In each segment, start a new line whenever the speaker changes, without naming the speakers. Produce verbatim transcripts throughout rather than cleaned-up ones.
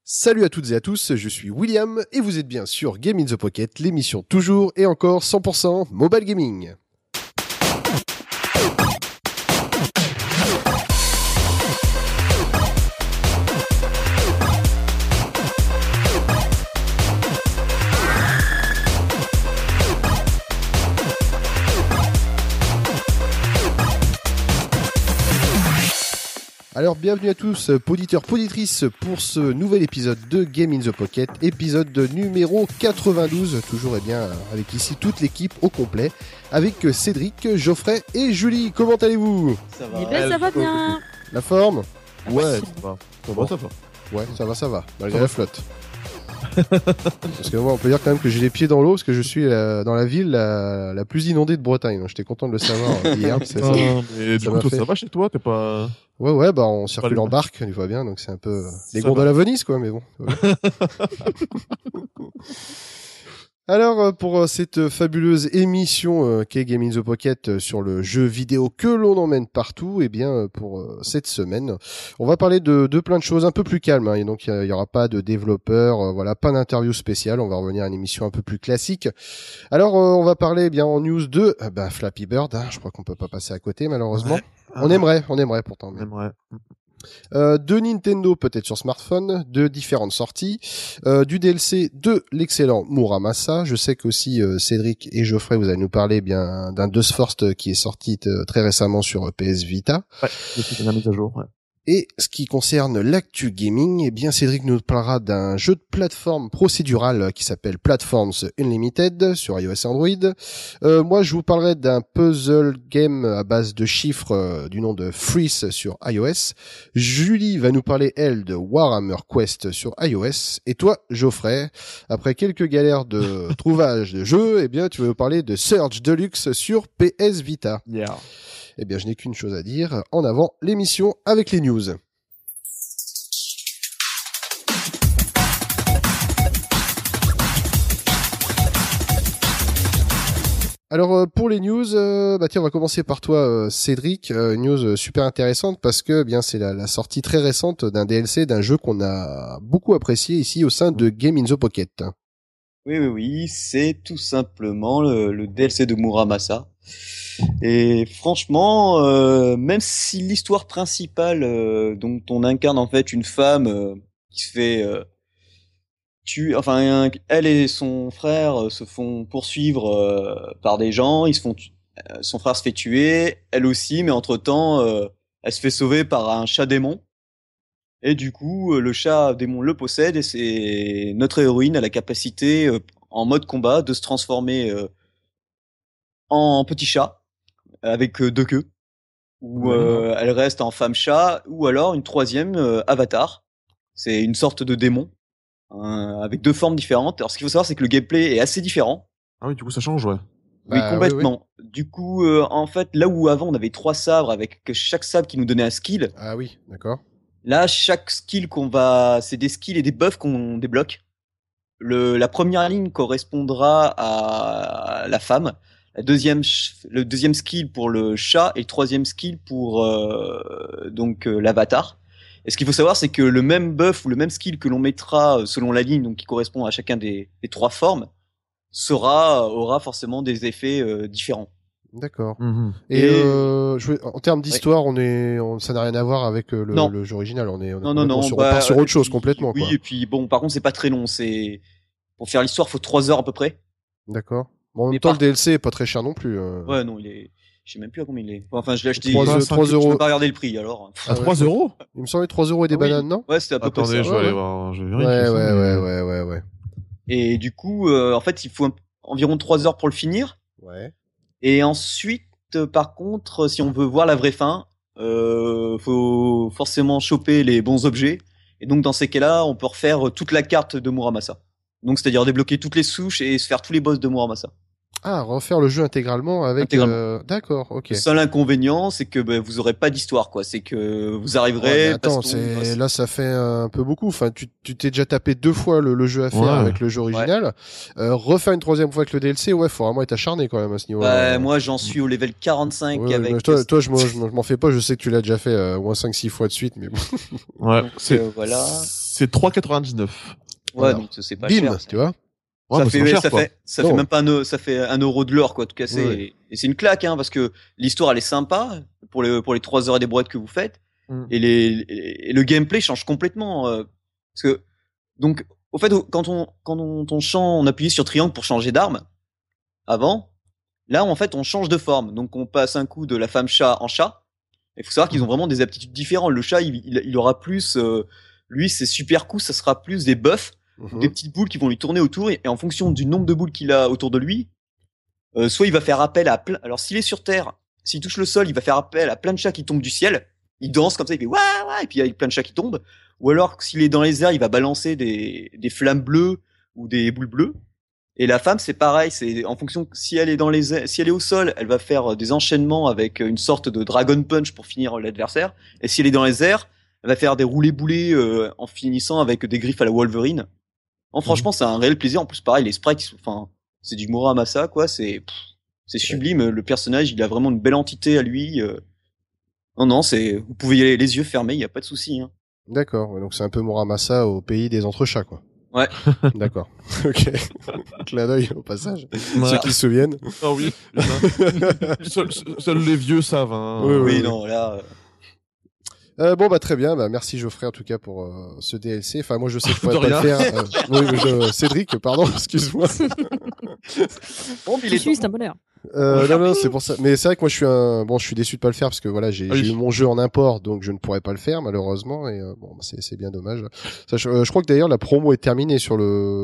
Salut à toutes et à tous, je suis William et vous êtes bien sur Game in the Pocket, l'émission toujours et encore cent pour cent mobile gaming. Alors bienvenue à tous, poditeurs, poditrices, pour ce nouvel épisode de Game in the Pocket, épisode numéro quatre-vingt-douze, toujours et bien avec ici toute l'équipe au complet, avec Cédric, Geoffrey et Julie. Comment allez-vous ?
Ça va.
Eh ben, ça va bien.
La forme ?
Ouais, ça va. Ça va, ça va.
Ouais, ça va, ça va, malgré la flotte. Parce que moi, on peut dire quand même que j'ai les pieds dans l'eau, parce que je suis euh, dans la ville la, la plus inondée de Bretagne. J'étais content de le savoir euh, hier. C'est ça.
Ah, mais du
ça
coup,
m'a
toi,
fait-
ça va chez toi, t'es pas...
Ouais, ouais, bah on circule
Pas
en
le-
barque, tu vois bien, donc c'est un peu euh, les
Ça
gondoles
va.
à Venise, quoi, mais bon. Ouais. Alors, euh, pour euh, cette fabuleuse émission euh, qu'est Game in the Pocket euh, sur le jeu vidéo que l'on emmène partout, eh bien, euh, pour euh, cette semaine, on va parler de, de plein de choses un peu plus calmes. Hein, et donc, il y, aura pas de développeurs, euh, voilà, pas d'interview spéciale. On va revenir à une émission un peu plus classique. Alors, euh, on va parler eh bien en news de euh, bah, Flappy Bird. Hein, je crois qu'on peut pas passer à côté, malheureusement.
Ouais.
On aimerait, on aimerait pourtant. mais-
On aimerait.
euh, de Nintendo peut-être sur smartphone, de différentes sorties, euh, du D L C de l'excellent Muramasa. Je sais qu'aussi euh, Cédric et Geoffrey, vous allez nous parler eh bien d'un Dust Force qui est sorti euh, très récemment sur P S Vita.
Ouais, je suis la mise à jour, ouais.
Et ce qui concerne l'actu gaming, eh bien Cédric nous parlera d'un jeu de plateforme procédural qui s'appelle Platforms Unlimited sur iOS et Android. Euh, moi, je vous parlerai d'un puzzle game à base de chiffres euh, du nom de Freeze sur iOS. Julie va nous parler, elle, de Warhammer Quest sur iOS. Et toi, Geoffrey, après quelques galères de trouvage de jeux, eh bien tu vas nous parler de Surge Deluxe sur P S Vita.
Yeah.
Eh bien, je n'ai qu'une chose à dire. En avant, l'émission avec les news. Alors euh, pour les news, euh, bah tiens, on va commencer par toi, euh, Cédric. Euh, une news euh, super intéressante parce que eh bien c'est la, la sortie très récente d'un D L C d'un jeu qu'on a beaucoup apprécié ici au sein de Game in the Pocket.
Oui, oui, oui, c'est tout simplement le, le D L C de Muramasa. Et franchement, euh, même si l'histoire principale, euh, dont on incarne en fait une femme euh, qui se fait euh, tuer, enfin, un- elle et son frère euh, se font poursuivre euh, par des gens, ils se font, tu- euh, son frère se fait tuer, elle aussi, mais entre-temps, euh, elle se fait sauver par un chat démon. Et du coup, euh, le chat démon le possède et c'est notre héroïne a la capacité, euh, en mode combat, de se transformer euh, en petit chat avec euh, deux queues, ou euh, elle reste en femme chat, ou alors une troisième euh, avatar. C'est une sorte de démon euh, avec deux formes différentes. Alors ce qu'il faut savoir, c'est que le gameplay est assez différent.
Ah oui, du coup, ça change, ouais.
Oui,
Bah,
complètement. Du coup, euh, en fait, là où avant on avait trois sabres avec que chaque sabre qui nous donnait un skill,
Ah oui, d'accord.
là chaque skill qu'on va, c'est des skills et des buffs qu'on débloque. Le, la première ligne correspondra à la femme, la deuxième, ch- le deuxième skill pour le chat et le troisième skill pour euh, donc euh, l'avatar. Et ce qu'il faut savoir, c'est que le même buff ou le même skill que l'on mettra euh, selon la ligne, donc qui correspond à chacun des, des trois formes, sera aura forcément des effets euh, différents.
D'accord.
Mhm.
Et,
Et-
euh, je voulais- en termes d'histoire, on est, on, ça n'a rien à voir avec euh, le,
Non.
le jeu original. On est, on est
Non, non,
complètement
non.
sur, on
bah,
part sur
et
autre chose
puis-
complètement,
Oui,
quoi.
et puis bon, par contre, c'est pas très long. C'est pour faire l'histoire, faut trois heures à peu près.
D'accord. Bon, en même
Mais
temps,
par-
le D L C est pas très cher non plus. euh.
Ouais, non, il est. Je sais même plus à combien il est. Enfin, je l'ai acheté.
Trois
je
euros-
peux-
trois
Je
euros.
peux pas regarder le prix alors.
À
Ah ouais,
trois
je-
euros
Il me semblait trois euros et des
Ah oui.
bananes, non?
Ouais, c'était à peu
Attendez,
près
je
ça.
vais
ouais,
aller
ouais.
voir, je vais
Ouais,
vérifier
ouais,
ça,
ouais,
mais-
ouais, ouais, ouais.
Et du coup, euh, en fait, il faut un- environ trois heures pour le finir.
Ouais.
Et ensuite, euh, par contre, si on veut voir la vraie fin, euh, faut forcément choper les bons objets. Et donc, dans ces cas-là, on peut refaire toute la carte de Muramasa. Donc, c'est-à-dire débloquer toutes les souches et se faire tous les boss de Muramasa.
Ah, refaire le jeu intégralement avec.
Intégralement.
euh, D'accord, ok.
Le seul inconvénient, c'est que bah, vous aurez pas d'histoire, quoi. C'est que vous
Ouais,
arriverez.
mais attends,
parce qu'on-
c'est là ça fait un peu beaucoup. Enfin, tu tu t'es déjà tapé deux fois le, le jeu à faire
Ouais.
avec le jeu original. Euh, refaire une troisième fois avec le D L C, ouais, faut vraiment être acharné quand même à ce niveau-là.
Bah, moi, j'en suis au level quarante-cinq
Ouais,
avec.
mais toi, toi, je m'en je m'en- je m'en fais pas. Je sais que tu l'as déjà fait euh, au moins cinq six fois de suite, mais bon.
Ouais,
Donc,
c'est
euh, voilà.
C'est trois quatre-vingt-dix-neuf.
Ouais,
Voilà.
donc c'est pas
Bim,
cher.
tu vois.
Ouais,
ça
bah,
fait,
c'est
ouais,
cher,
ça
quoi.
fait, ça
Non.
fait même pas un, euro- ça fait un euro de l'or, quoi, tout casser.
Ouais.
Et, et c'est une claque, hein, parce que l'histoire, elle est sympa pour les, pour les trois heures et des brouettes que vous faites.
Mm.
Et les, et le gameplay change complètement, euh, parce que, donc, au fait, quand on, quand on, on change, on appuyait sur triangle pour changer d'arme, avant, là, en fait, on change de forme. Donc, on passe un coup de la femme chat en chat. Il faut savoir qu'ils ont vraiment des aptitudes différentes. Le chat, il, il, il aura plus, euh, lui, ses super coups, ça sera plus des buffs,
Mhm.
des petites boules qui vont lui tourner autour, et, et en fonction du nombre de boules qu'il a autour de lui, euh, soit il va faire appel à plein, alors s'il est sur terre, s'il touche le sol, il va faire appel à plein de chats qui tombent du ciel, il danse comme ça, il fait ouah ouah, et puis il y a plein de chats qui tombent, ou alors s'il est dans les airs, il va balancer des, des flammes bleues ou des boules bleues. Et la femme, c'est pareil, c'est en fonction, si elle est dans les airs, si elle est au sol, elle va faire des enchaînements avec une sorte de dragon punch pour finir l'adversaire, et si elle est dans les airs, elle va faire des roulés-boulés euh, en finissant avec des griffes à la Wolverine. Non, franchement, c'est un réel plaisir. En plus, pareil, les sprites, ils sont- enfin, c'est du Muramasa, quoi. C'est, pff, c'est sublime. Le personnage, il a vraiment une belle entité à lui. euh. Non, non, c'est, vous pouvez y aller les yeux fermés, il y a pas de souci. Hein.
D'accord. Ouais, donc c'est un peu Muramasa au pays des entrechats, quoi.
Ouais.
D'accord. Ok. Clin d'œil au passage.
Ouais.
Ceux qui se souviennent.
Ah oui. putain. Seuls seuls les vieux savent. Hein.
Oui,
Oui,
oui.
non, là. euh,
Euh, bon bah très bien, bah merci Geoffrey en tout cas pour euh, ce D L C. Enfin moi je sais que je
De
pourrais pas le
rien.
faire. Euh, oui, mais je- Cédric, pardon, excuse-moi.
Bon, puis il
Je
est
suis, c'est un bonheur.
Euh, non non c'est pour ça. Mais c'est vrai que moi je suis un bon, je suis déçu de pas le faire parce que voilà j'ai
Ah oui.
j'ai eu mon jeu en import donc je ne pourrais pas le faire malheureusement et euh, bon bah, c'est c'est bien dommage. Ça, je, euh, je crois que d'ailleurs la promo est terminée sur le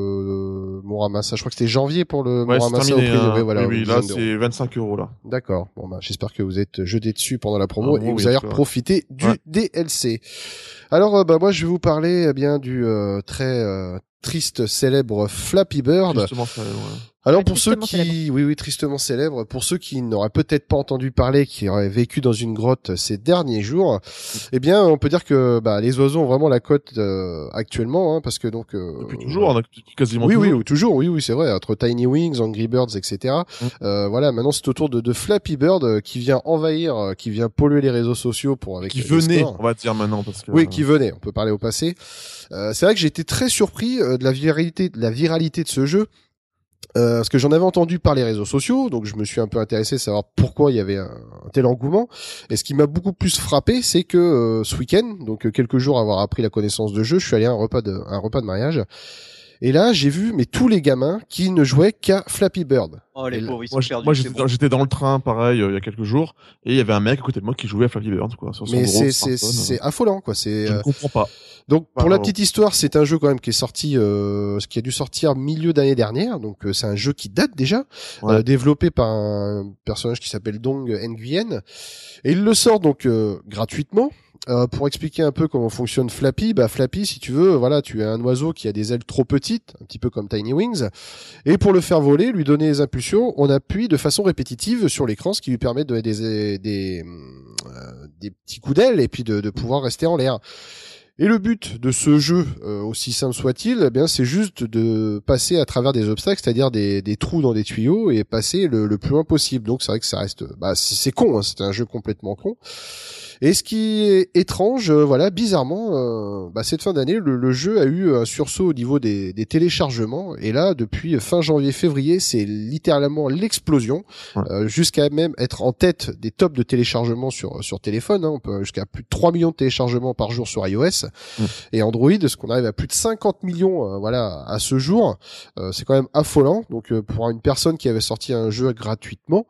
euh, Muramasa. Je crois que c'était janvier pour le
Ouais, c'est
Muramasa au
terminé.
prix.
Hein.
Ouais, voilà,
oui, oui,
une
là,
dizaine d'euros.
c'est vingt-cinq euros, là.
D'accord. Bon bah j'espère que vous êtes jeté dessus pendant la promo
Ah,
et
bon,
vous
oui,
allez
en tout cas.
profiter du
Ouais.
D L C. Alors euh, bah moi je vais vous parler eh bien du euh, très euh, triste célèbre Flappy Bird.
Justement, ça, ouais.
Alors
Ouais,
pour ceux
tristement
qui
célèbre.
oui oui tristement célèbre, pour ceux qui n'auraient peut-être pas entendu parler, qui auraient vécu dans une grotte ces derniers jours, eh bien on peut dire que bah les oiseaux ont vraiment la cote euh, actuellement hein, parce que donc euh,
Depuis toujours, on a quasiment
oui,
toujours.
oui, oui, toujours, oui, oui, c'est vrai. Entre Tiny Wings, Angry Birds, et cetera.
Mm.
Euh, voilà, maintenant c'est au tour de, de Flappy Bird euh, qui vient envahir, euh, qui vient polluer les réseaux sociaux pour avec
Qui
euh, des
venait,
scores.
on va dire maintenant, parce que.
Oui, qui venait. On peut parler au passé. Euh, c'est vrai que j'ai été très surpris euh, de la viralité, de la viralité de ce jeu. Euh, parce que j'en avais entendu par les réseaux sociaux, donc je me suis un peu intéressé à savoir pourquoi il y avait un, un tel engouement. Et ce qui m'a beaucoup plus frappé, c'est que euh, ce week-end, donc euh, quelques jours avoir appris la connaissance de jeu, je suis allé à un repas de, un repas de mariage. Et là, j'ai vu mais tous les gamins qui ne jouaient qu'à Flappy Bird.
Oh, les
Et là-
pauvres, ils sont
Moi, je-
perdus.
moi
c'est
j'étais
bon.
dans, j'étais dans le train, pareil, euh, il y a quelques jours, et il y avait un mec à côté de moi qui jouait à Flappy Bird, quoi, sur son
Mais
gros
c'est c'est
smartphone.
c'est affolant quoi. C'est
Je
euh,
ne comprends pas.
donc pour
Pardon.
la petite histoire, c'est un jeu quand même qui est sorti, euh, qui a dû sortir milieu d'année dernière. Donc euh, c'est un jeu qui date déjà,
Ouais.
euh, développé par un personnage qui s'appelle Dong Nguyen, et il le sort donc euh, gratuitement. Euh, pour expliquer un peu comment fonctionne Flappy, bah Flappy, si tu veux, voilà, tu es un oiseau qui a des ailes trop petites, un petit peu comme Tiny Wings, et pour le faire voler, lui donner les impulsions, on appuie de façon répétitive sur l'écran, ce qui lui permet de des des euh, des petits coups d'aile et puis de, de pouvoir rester en l'air. Et le but de ce jeu, euh, aussi simple soit-il, eh bien c'est juste de passer à travers des obstacles, c'est-à-dire des, des trous dans des tuyaux et passer le, le plus loin possible. Donc c'est vrai que ça reste, bah c'est c'est con, hein, c'est un jeu complètement con. Et ce qui est étrange, euh, voilà, bizarrement, euh, bah, cette fin d'année, le, le jeu a eu un sursaut au niveau des, des téléchargements. Et là, depuis fin janvier-février, c'est littéralement l'explosion,
Ouais.
euh, jusqu'à même être en tête des tops de téléchargements sur sur téléphone. Hein, on peut jusqu'à plus de trois millions de téléchargements par jour sur iOS
Mm.
et Android, ce qu'on arrive à plus de cinquante millions, euh, voilà, à ce jour. Euh, c'est quand même affolant. Donc euh, pour une personne qui avait sorti un jeu gratuitement,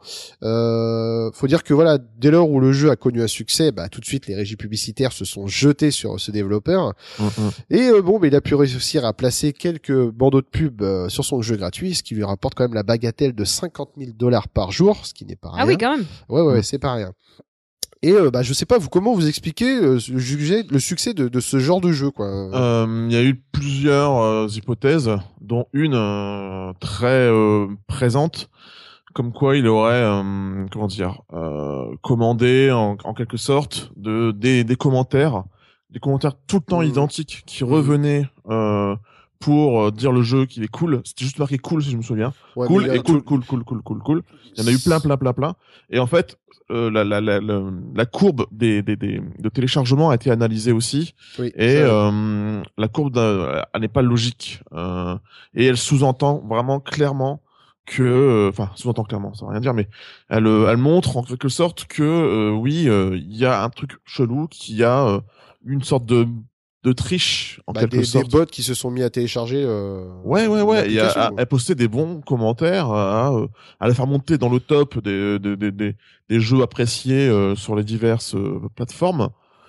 euh, faut dire que voilà, dès lors où le jeu a connu un succès, bah tout de suite les régies publicitaires se sont jetées sur ce développeur.
Hum, hum.
Et euh, bon, mais il a pu réussir à placer quelques bandeaux de pub euh, sur son jeu gratuit, ce qui lui rapporte quand même la bagatelle de cinquante mille dollars par jour, ce qui n'est pas rien.
Ah oui, quand même.
Ouais, ouais, ouais,
Mm.
c'est pas rien. Et euh, bah je sais pas vous comment vous expliquez euh, le succès, le succès de, de ce genre de jeu quoi.
Euh, Il y a eu plusieurs euh, hypothèses, dont une euh, très euh, présente, comme quoi il aurait, euh, comment dire, euh, commandé en, en quelque sorte de des, des commentaires, des commentaires tout le temps
Mhm.
identiques qui
Mhm.
revenaient euh, pour euh, dire le jeu qu'il est cool. C'était juste marqué cool si je me souviens.
Ouais,
cool
mais
et cool, cool, cool, cool, cool, cool. Il y en a eu plein, plein, plein, plein. Et en fait, euh, la, la, la, la, la courbe des, des, des, de téléchargement a été analysée aussi.
Oui,
et
ça...
euh, la courbe, elle n'est pas logique. Euh, et elle sous-entend vraiment clairement que, enfin, euh, sous-entend clairement, ça veut rien dire, mais elle, elle montre en quelque sorte que, euh, oui, il euh, y a un truc chelou, qu'il y a euh, une sorte de de triche en
bah,
quelque
des,
sorte.
Des bots qui se sont mis à télécharger. Euh,
ouais ouais ouais. Et à, à poster des bons commentaires, à, à les faire monter dans le top des des des des, des jeux appréciés euh, sur les diverses euh, plateformes.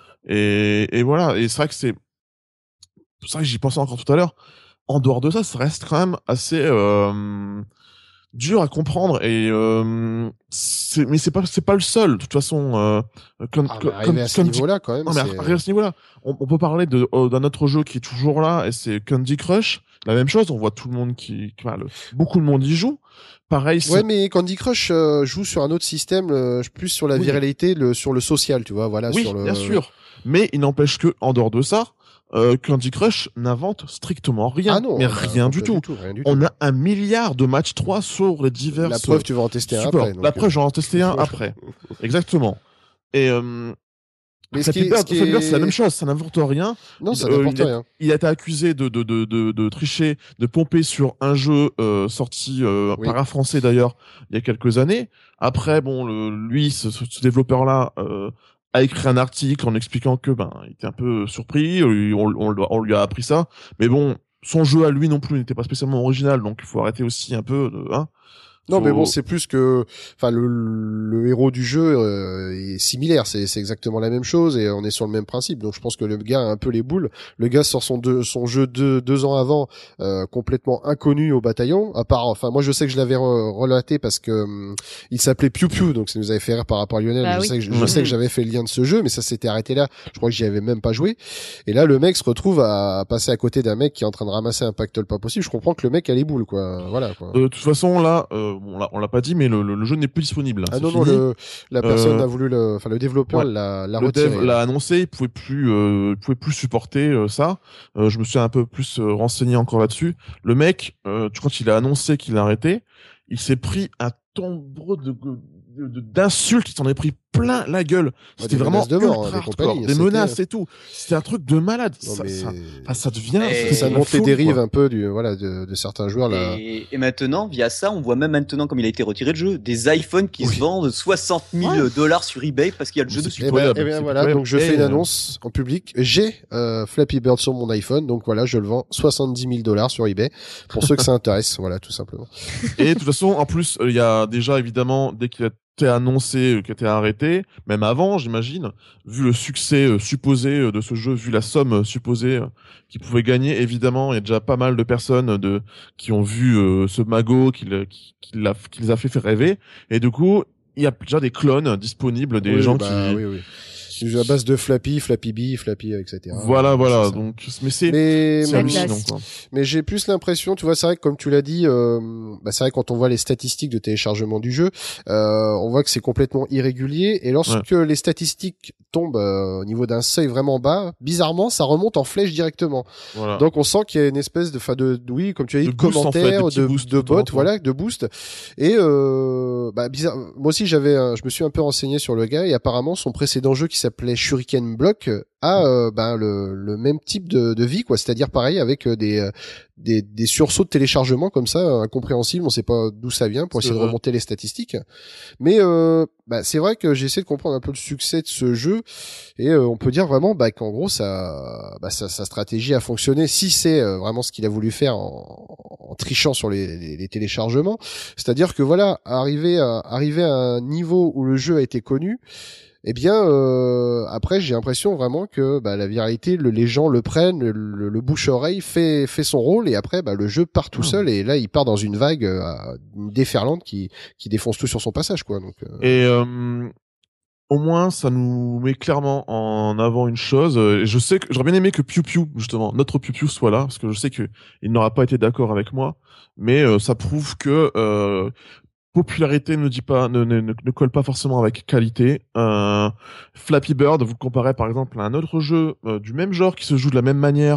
Et et voilà. Et c'est vrai que c'est c'est vrai que j'y pensais encore tout à l'heure. En dehors de ça, ça reste quand même assez euh, dur à comprendre et euh, c'est mais c'est pas c'est pas le seul de toute façon euh, comme
ah,
comme
arrivé à ce niveau-là quand même
non mais arrivé à ce niveau-là on, on peut parler de euh, d'un autre jeu qui est toujours là et c'est Candy Crush, la même chose, on voit tout le monde qui, qui enfin, le, beaucoup de monde y joue pareil.
Ouais, mais Candy Crush euh, joue sur un autre système, euh, plus sur la
oui.
viralité, le sur le social, tu vois, voilà.
Oui,
sur le...
bien sûr, mais il n'empêche que en dehors de ça, Euh, Candy Crush n'invente strictement rien,
ah non,
mais
bah,
rien, du tout.
du tout, rien du
On
tout.
a un milliard de matchs trois sur les divers.
La preuve, tu vas en tester
supports.
un après. Donc...
La preuve, j'en ai testé un après. Exactement. Et euh,
mais ce qui est,
Bird,
ce qui est...
c'est la même chose, ça n'invente rien.
Non, ça
euh,
n'importe
il a,
rien.
Il a été accusé de de de de, de tricher, de pomper sur un jeu euh, sorti euh, oui. par un Français d'ailleurs il y a quelques années. Après, bon, le, lui, ce, ce développeur-là. Euh, a écrit un article en expliquant que ben il était un peu surpris, on, on, on lui a appris ça, mais bon, son jeu à lui non plus n'était pas spécialement original, donc il faut arrêter aussi un peu de hein.
Non,
faut...
mais bon, c'est plus que, enfin, le, le héros du jeu euh, est similaire. C'est, c'est exactement la même chose et on est sur le même principe. Donc, je pense que le gars a un peu les boules. Le gars sort son deux, son jeu deux, deux ans avant, euh, complètement inconnu au bataillon. À part, enfin, moi, je sais que je l'avais re- relaté parce que um, il s'appelait Piu Piu, donc ça nous avait fait rire par rapport à Lionel. Bah, je, oui. sais que, je, je sais que j'avais fait le lien de ce jeu, mais ça s'était arrêté là. Je crois que j'y avais même pas joué. Et là, le mec se retrouve à passer à côté d'un mec qui est en train de ramasser un pactole pas possible. Je comprends que le mec a les boules, quoi. Voilà. Quoi.
De toute façon, là. Euh... Bon, on l'a pas dit, mais le, le, le jeu n'est plus disponible.
Ah non,
fini.
non, le, la personne
euh,
a voulu le, enfin, le développeur ouais. l'a, l'a
le
retiré.
Le dev l'a annoncé, il pouvait plus, euh, il pouvait plus supporter euh, ça. Euh, je me suis un peu plus euh, renseigné encore là-dessus. Le mec, euh, quand il a annoncé qu'il a arrêté, il s'est pris un tombeau de, de, de d'insultes, il s'en est pris plein la gueule. C'était
des
vraiment
de mort,
ultra
hein, des,
hardcore, des menaces et tout. C'était un truc de malade.
Non,
ça,
mais...
ça, ça, ça devient,
et... ça monte les dérives quoi. Un peu du, voilà, de, de certains joueurs là.
Et, et maintenant, via ça, on voit même maintenant, comme il a été retiré de jeu, des iPhones qui oui. se vendent soixante mille dollars sur eBay parce qu'il y a le jeu dessus.
Et ben, et ben voilà, donc je fais une annonce en public. J'ai euh, Flappy Bird sur mon iPhone, donc voilà, je le vends soixante-dix mille dollars sur eBay pour ceux que ça intéresse. Voilà, tout simplement.
Et de toute façon, en plus, il y a déjà évidemment dès qu'il a été annoncé qu'il était arrêté, même avant, j'imagine, vu le succès euh, supposé euh, de ce jeu, vu la somme euh, supposée euh, qu'il pouvait gagner, évidemment, il y a déjà pas mal de personnes de qui ont vu euh, ce magot qui, qui, qui, l'a, qui les a fait faire rêver, et du coup, il y a déjà des clones disponibles, des
oui,
gens
bah,
qui...
Oui, oui. À base de Flappy, Flappy B, Flappy, et cetera.
Voilà, voilà. Donc, mais c'est,
mais,
c'est hallucinant, quoi.
Mais j'ai plus l'impression, tu vois, c'est vrai que comme tu l'as dit, euh, bah c'est vrai que quand on voit les statistiques de téléchargement du jeu, euh, on voit que c'est complètement irrégulier. Et lorsque ouais. les statistiques tombent euh, au niveau d'un seuil vraiment bas, bizarrement, ça remonte en flèche directement. Voilà. Donc on sent qu'il y a une espèce de, enfin de, oui, comme tu as dit, de, de commentaires, en fait, de, de, de bots, voilà, de boost. Et euh, bah bizarre. Moi aussi, j'avais, je me suis un peu renseigné sur le gars et apparemment son précédent jeu qui s'appelait Shuriken Block a euh, ben le, le même type de, de vie quoi, c'est-à-dire pareil avec euh, des, euh, des des sursauts de téléchargement comme ça incompréhensibles, on sait pas d'où ça vient pour c'est essayer vrai. de remonter les statistiques. Mais euh, bah, c'est vrai que j'ai essayé de comprendre un peu le succès de ce jeu et euh, on peut dire vraiment bah, qu'en gros ça, bah, sa, sa stratégie a fonctionné si c'est euh, vraiment ce qu'il a voulu faire en, en trichant sur les, les, les téléchargements, c'est-à-dire que voilà, arriver à arriver à un niveau où le jeu a été connu. Eh bien, euh, après, j'ai l'impression vraiment que bah, la viralité, le, les gens le prennent, le, le, le bouche-oreille fait fait son rôle, et après, bah, le jeu part tout seul, et là, il part dans une vague euh, une déferlante qui qui défonce tout sur son passage, quoi. Donc. Euh...
Et euh, au moins, ça nous met clairement en avant une chose. Je sais que j'aurais bien aimé que Piu Piu, justement, notre Piu Piu soit là, parce que je sais que il n'aura pas été d'accord avec moi, mais euh, ça prouve que euh, popularité ne dit pas, ne, ne, ne colle pas forcément avec qualité. Euh, Flappy Bird, vous le comparez par exemple à un autre jeu euh, du même genre qui se joue de la même manière,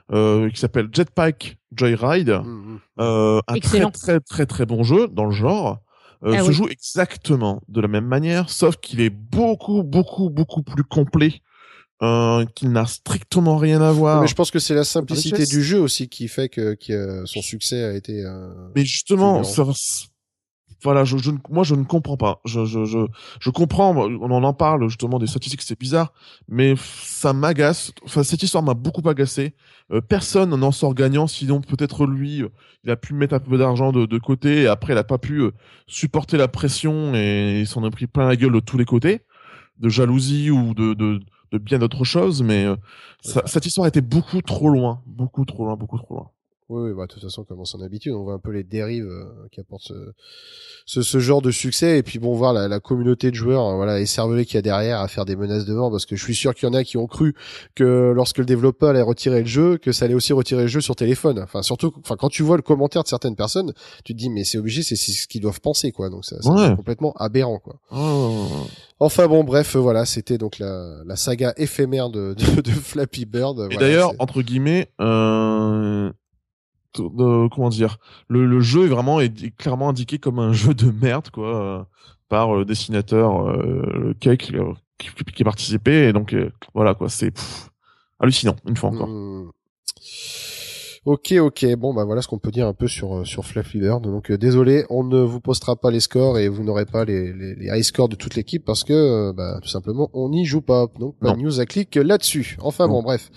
euh, qui s'appelle Jetpack Joyride.
Mmh.
Euh, un
Excellent.
très très très très bon jeu dans le genre. Euh,
Ah
se
oui.
joue exactement de la même manière, sauf qu'il est beaucoup beaucoup beaucoup plus complet. Euh, qu'il n'a strictement rien à voir.
Mais je pense que c'est la simplicité
richesse.
du jeu aussi qui fait que, que son succès a été. Euh,
Mais justement,
fulgurant.
ça, voilà, je, je, moi je ne comprends pas. Je, je, je, je comprends. On en parle justement des statistiques, c'est bizarre, mais ça m'agace. Enfin, cette histoire m'a beaucoup agacé. Euh, personne n'en sort gagnant, sinon peut-être lui. Euh, il a pu mettre un peu d'argent de, de côté, et après il a pas pu euh, supporter la pression et il s'en a pris plein la gueule de tous les côtés, de jalousie ou de, de, de bien d'autres choses. Mais euh, ça, cette histoire était beaucoup trop loin, beaucoup trop loin, beaucoup trop loin.
Oui, oui, bah, de toute façon, comme on s'en habitue, on voit un peu les dérives euh, qui apportent ce, ce, ce genre de succès. Et puis bon, voir la, la communauté de joueurs, hein, voilà, écervelés qu'il y a derrière à faire des menaces de mort, parce que je suis sûr qu'il y en a qui ont cru que lorsque le développeur allait retirer le jeu, que ça allait aussi retirer le jeu sur téléphone. Enfin, surtout, enfin, quand tu vois le commentaire de certaines personnes, tu te dis, mais c'est obligé, c'est c'est ce qu'ils doivent penser, quoi. Donc ça, ça
Ouais.
c'est complètement aberrant, quoi.
Oh.
Enfin bon, bref, voilà, c'était donc la, la saga éphémère de, de, de Flappy Bird.
Et
Voilà,
d'ailleurs,
c'est-
entre guillemets, euh, de, comment dire, le, le jeu est vraiment est, est clairement indiqué comme un jeu de merde, quoi, euh, par le dessinateur euh, Cake euh, qui, qui a participé. Et donc euh, voilà, quoi, c'est pff, hallucinant une fois encore.
Hmm. Ok, ok. Bon, bah voilà ce qu'on peut dire un peu sur sur Flappy Bird. Donc euh, désolé, on ne vous postera pas les scores et vous n'aurez pas les, les, les high scores de toute l'équipe parce que euh, bah tout simplement on n'y joue pas. Donc pas
Non.
de news à clic là-dessus. Enfin
Non.
bon, bref.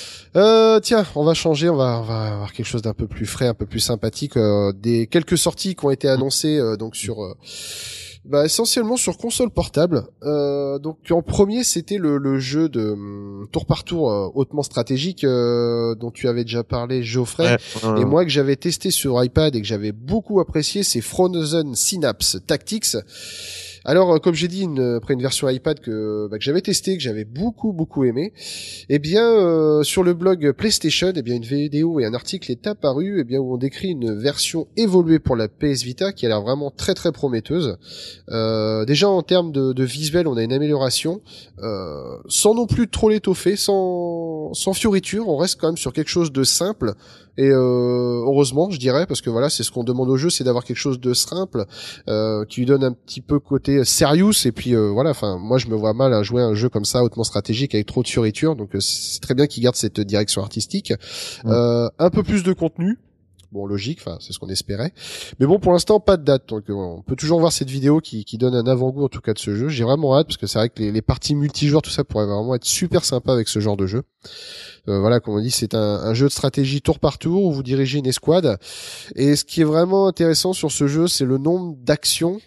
Euh, tiens, on va changer, on va, on va avoir quelque chose d'un peu plus frais, un peu plus sympathique. Euh, des quelques sorties qui ont été annoncées euh, donc sur, euh, bah, essentiellement sur console portable. Euh, donc en premier, c'était le, le jeu de hum, tour par tour euh, hautement stratégique euh, dont tu avais déjà parlé, Geoffrey.
Ouais, euh,
Et moi que j'avais testé sur iPad et que j'avais beaucoup apprécié, c'est Frozen Synapse Tactics. Alors, euh, comme j'ai dit, une, après une version iPad que, bah, que j'avais testé, que j'avais beaucoup beaucoup aimé, eh bien, euh, sur le blog PlayStation, eh bien, une vidéo et un article est apparu, eh bien, où on décrit une version évoluée pour la P S Vita qui a l'air vraiment très très prometteuse. Euh, déjà en termes de, de visuel, on a une amélioration, euh, sans non plus trop l'étoffer, sans sans fioriture, on reste quand même sur quelque chose de simple. Et euh, heureusement, je dirais, parce que voilà, c'est ce qu'on demande au jeu, c'est d'avoir quelque chose de simple, euh, qui lui donne un petit peu côté serious. Et puis euh, voilà, enfin, moi je me vois mal à jouer un jeu comme ça, hautement stratégique, avec trop de fioriture. Donc euh, c'est très bien qu'il garde cette direction artistique.
Ouais.
Euh, un peu plus de contenu. Bon, logique, enfin, c'est ce qu'on espérait. Mais bon, pour l'instant, pas de date. Donc, euh, on peut toujours voir cette vidéo qui, qui donne un avant-goût, en tout cas, de ce jeu. J'ai vraiment hâte, parce que c'est vrai que les, les parties multijoueurs, tout ça, pourrait vraiment être super sympa avec ce genre de jeu. Euh, voilà, comme on dit, c'est un, un jeu de stratégie tour par tour, où vous dirigez une escouade. Et ce qui est vraiment intéressant sur ce jeu, c'est le nombre d'actions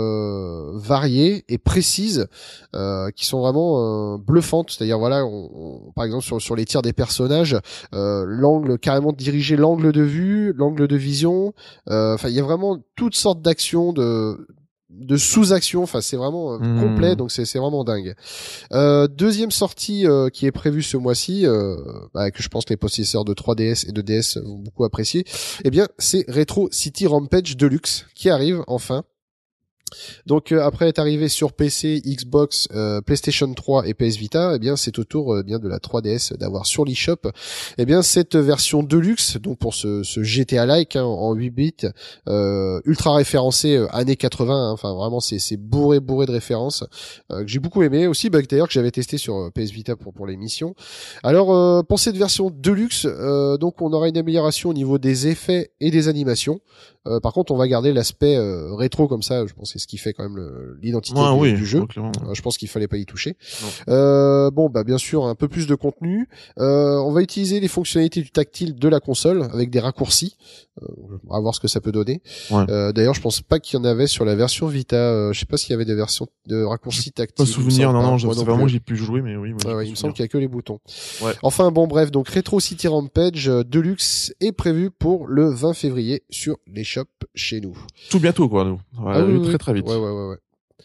euh, variées et précises, euh, qui sont vraiment euh, bluffantes. C'est-à-dire, voilà, on, on, par exemple, sur, sur les tirs des personnages, euh, l'angle, carrément diriger l'angle de vue, l'angle de vision. Enfin, euh, il y a vraiment toutes sortes d'actions, de de sous-actions. Enfin, c'est vraiment euh,
Mmh.
complet, donc c'est c'est vraiment dingue. Euh, deuxième sortie euh, qui est prévue ce mois-ci, euh, bah, que je pense que les possesseurs de trois D S et de D S vont beaucoup apprécier. Eh bien, c'est Retro City Rampage Deluxe qui arrive enfin. Donc euh, après être arrivé sur P C, Xbox, euh, PlayStation trois et P S Vita, eh bien c'est au tour euh, bien de la trois D S d'avoir sur l'eShop eh bien cette version Deluxe, donc pour ce, ce G T A-like hein, en huit bits, euh, ultra référencé euh, années quatre-vingts, hein, enfin vraiment c'est c'est bourré bourré de références euh, que j'ai beaucoup aimé aussi, bah, d'ailleurs que j'avais testé sur euh, P S Vita pour pour l'émission. Alors euh, pour cette version Deluxe, euh, donc on aura une amélioration au niveau des effets et des animations. Euh, par contre, on va garder l'aspect euh, rétro comme ça. Je pense que c'est ce qui fait quand même le- l'identité
ouais,
du,
oui,
du jeu.
ouais, clairement.
Euh, je pense qu'il fallait pas y toucher.
Non.
Euh, bon, bah bien sûr, un peu plus de contenu. Euh, on va utiliser les fonctionnalités du tactile de la console avec des raccourcis. Euh, on va voir ce que ça peut donner.
Ouais.
Euh, D'ailleurs, je pense pas qu'il y en avait sur la version Vita. Euh, je sais pas s'il y avait des versions de raccourcis tactiles.
Pas
il me
souvenir,
semble
non,
pas.
non,
Moi
c'est
non
vraiment
plus.
que j'ai pu jouer, mais oui. Moi, j'ai
Ouais,
pas
ouais, il me
souvenir.
semble qu'il y a que les boutons.
Ouais.
Enfin bon, bref, donc Retro City Rampage euh, Deluxe est prévu pour le vingt février sur les shops chez nous.
Tout bientôt, quoi, nous. Ouais,
Ah oui,
oui,
oui,
très
oui.
très vite.
Ouais, ouais, ouais, ouais.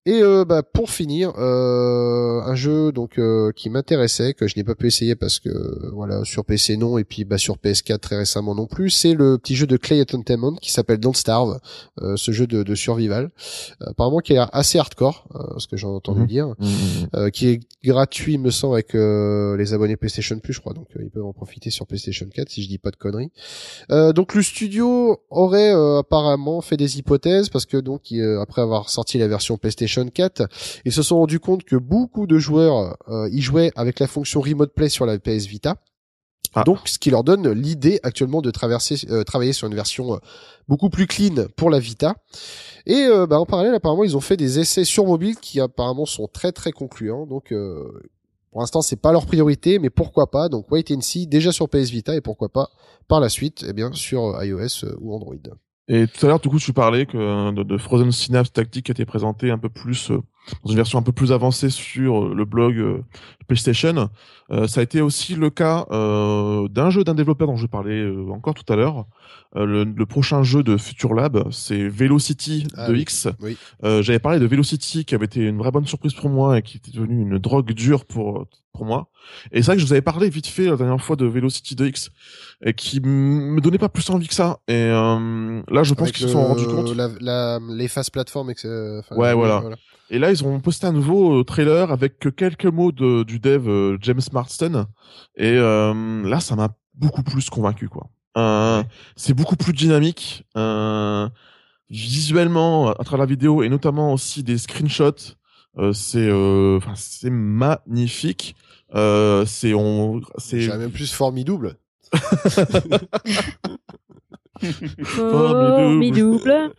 Et euh, bah pour finir, euh, un jeu donc euh, qui m'intéressait, que je n'ai pas pu essayer parce que euh, voilà sur P C non et puis bah sur P S quatre très récemment non plus, c'est le petit jeu de Clay Entertainment qui s'appelle Don't Starve, euh, ce jeu de, de survival, euh, apparemment qui est assez hardcore, euh, ce que j'ai entendu
Mmh.
dire,
Mmh.
euh, qui est gratuit il me semble avec euh, les abonnés PlayStation Plus je crois, donc euh, ils peuvent en profiter sur PlayStation quatre si je dis pas de conneries. Euh, donc le studio aurait euh, apparemment fait des hypothèses parce que donc euh, après avoir sorti la version PlayStation quatre, ils se sont rendus compte que beaucoup de joueurs euh, y jouaient avec la fonction Remote Play sur la P S Vita.
Ah.
Donc ce qui leur donne l'idée actuellement de traverser euh, travailler sur une version euh, beaucoup plus clean pour la Vita. Et euh, bah, en parallèle apparemment ils ont fait des essais sur mobile qui apparemment sont très très concluants. Donc euh, pour l'instant, c'est pas leur priorité, mais pourquoi pas. Donc, wait and see, déjà sur P S Vita, et pourquoi pas, par la suite, eh bien, sur iOS ou Android.
Et tout à l'heure, du coup, tu parlais que de, de Frozen Synapse Tactics qui était présenté un peu plus, euh, dans une version un peu plus avancée sur euh, le blog euh, PlayStation. Euh, ça a été aussi le cas euh, d'un jeu d'un développeur dont je parlais euh, encore tout à l'heure. Euh, le, le prochain jeu de Future Lab, c'est Velocity
Ah
deux
oui.
X.
Oui.
Euh, j'avais parlé de Velocity qui avait été une vraie bonne surprise pour moi et qui était devenue une drogue dure pour pour moi. Et c'est vrai que je vous avais parlé vite fait la dernière fois de Velocity deux X et qui m- me donnait pas plus envie que ça. Et euh, là, je pense
Avec
qu'ils
le,
se sont rendus compte.
la, la, les phases plateformes, et que, enfin,
Ouais,
oui,
voilà. Et là, ils ont posté un nouveau euh, trailer avec que quelques mots de, du dev euh, James Marston. Et euh, là, ça m'a beaucoup plus convaincu, quoi. Euh,
Ouais.
C'est beaucoup plus dynamique. Euh, visuellement, à travers la vidéo et notamment aussi des screenshots, euh, c'est, euh, enfin, c'est magnifique. Euh, c'est, on, c'est.
J'ai même plus formidable.
Formidable.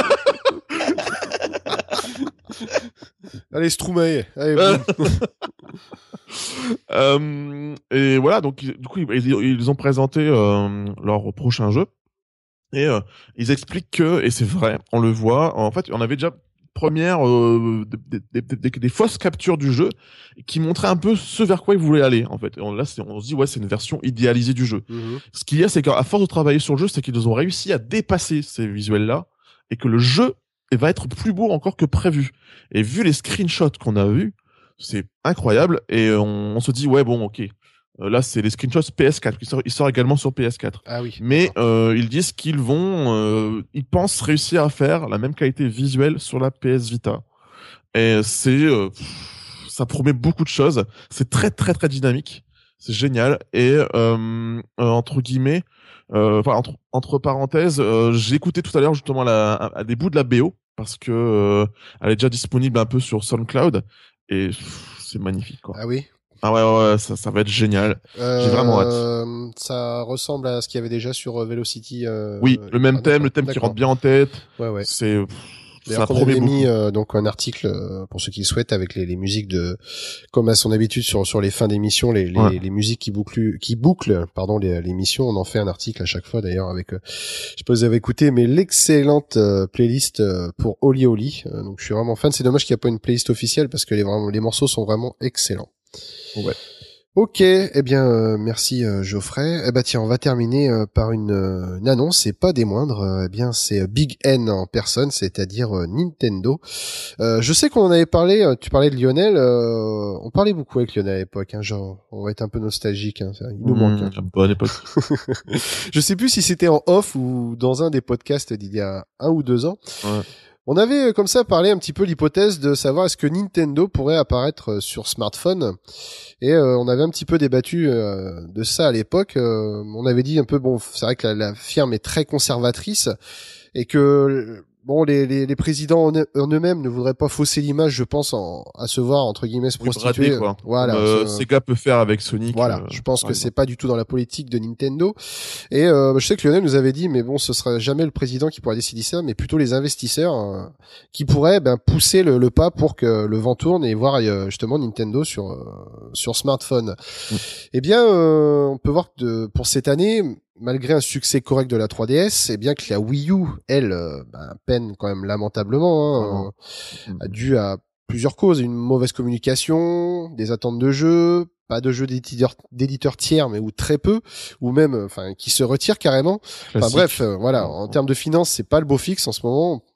Allez, Stromae. Allez, boum.
Euh, et voilà, donc du coup ils, ils ont présenté euh, leur prochain jeu et euh, ils expliquent que, et c'est vrai, on le voit, en fait on avait déjà première euh, des, des, des, des, des fausses captures du jeu qui montraient un peu ce vers quoi ils voulaient aller en fait. Et on, là c'est, on se dit ouais c'est une version idéalisée du jeu.
Mm-hmm.
Ce qu'il y a c'est qu'à force de travailler sur le jeu, c'est qu'ils ont réussi à dépasser ces visuels là et que le jeu va être plus beau encore que prévu. Et vu les screenshots qu'on a vus, c'est incroyable et on, on se dit ouais bon ok euh, là c'est les screenshots P S quatre, il sort, il sort également sur P S quatre.
Ah oui.
Mais euh, ils disent qu'ils vont euh, ils pensent réussir à faire la même qualité visuelle sur la P S Vita et c'est euh, pff, ça promet beaucoup de choses, c'est très très très dynamique, c'est génial et euh, euh, entre guillemets euh, enfin entre, entre parenthèses euh, j'ai écouté tout à l'heure justement la, à, à des bouts de la B O parce que euh, elle est déjà disponible un peu sur SoundCloud. Et pff, c'est magnifique, quoi.
Ah oui.
Ah ouais, ouais, ouais ça, ça va être génial.
Euh,
J'ai vraiment hâte.
Ça ressemble à ce qu'il y avait déjà sur Velocity. Euh...
Oui, le même
ah,
thème, le thème qui rentre bien en tête.
Ouais, ouais.
C'est, pff,
D'ailleurs,
ça
on
promet
avait
beaucoup.
mis euh, donc un article euh, pour ceux qui le souhaitent avec les, les musiques de, comme à son habitude sur sur les fins d'émission, les les,
Ouais.
les musiques qui bouclent qui bouclent pardon les l'émission. On en fait un article à chaque fois d'ailleurs avec, euh, je sais pas si vous avez écouté, mais l'excellente euh, playlist euh, pour Oli Oli. Euh, donc je suis vraiment fan. C'est dommage qu'il n'y a pas une playlist officielle parce que les vraiment les morceaux sont vraiment excellents.
Ouais.
Ok, eh bien euh, merci euh, Geoffrey. Eh ben tiens, on va terminer euh, par une, euh, une annonce, et pas des moindres. Euh, eh bien c'est Big N en personne, c'est-à-dire euh, Nintendo. Euh, je sais qu'on en avait parlé. Euh, tu parlais de Lionel. Euh, on parlait beaucoup avec Lionel à l'époque. Hein, genre, on va être un peu nostalgique. Hein, ça, il nous manque. Hein.
Mmh, bonne époque.
Je sais plus si c'était en off ou dans un des podcasts d'il y a un ou deux ans.
Ouais.
On avait euh, comme ça parlé un petit peu l'hypothèse de savoir est-ce que Nintendo pourrait apparaître euh, sur smartphone, et euh, on avait un petit peu débattu euh, de ça à l'époque. Euh, on avait dit un peu bon, c'est vrai que la, la firme est très conservatrice et que bon les les, les présidents en, en eux-mêmes ne voudraient pas fausser l'image, je pense, en, à se voir entre guillemets se
Oui,
prostituer.
brader, quoi.
Voilà.
Comme, euh,
ce-
Sega peut faire avec Sonic.
Voilà,
euh,
je pense
par
que
exemple.
c'est pas du tout dans la politique de Nintendo. Et euh, je sais que Lionel nous avait dit, mais bon, ce sera jamais le président qui pourra décider ça, mais plutôt les investisseurs euh, qui pourraient ben, pousser le, le pas pour que le vent tourne et voir euh, justement Nintendo sur euh, sur smartphone.
Mm.
Eh bien, euh, on peut voir que de, pour cette année, malgré un succès correct de la trois D S, c'est bien que la Wii U, elle, euh, ben, peine quand même lamentablement, hein,
Vraiment.
euh, dû à plusieurs causes, une mauvaise communication, des attentes de jeu, pas de jeux d'éditeurs d'éditeurs tiers, mais ou très peu, ou même, enfin, qui se retirent carrément. Enfin
Classique.
bref, euh, voilà,
Ouais.
en termes de finances, c'est pas le beau fixe en ce moment.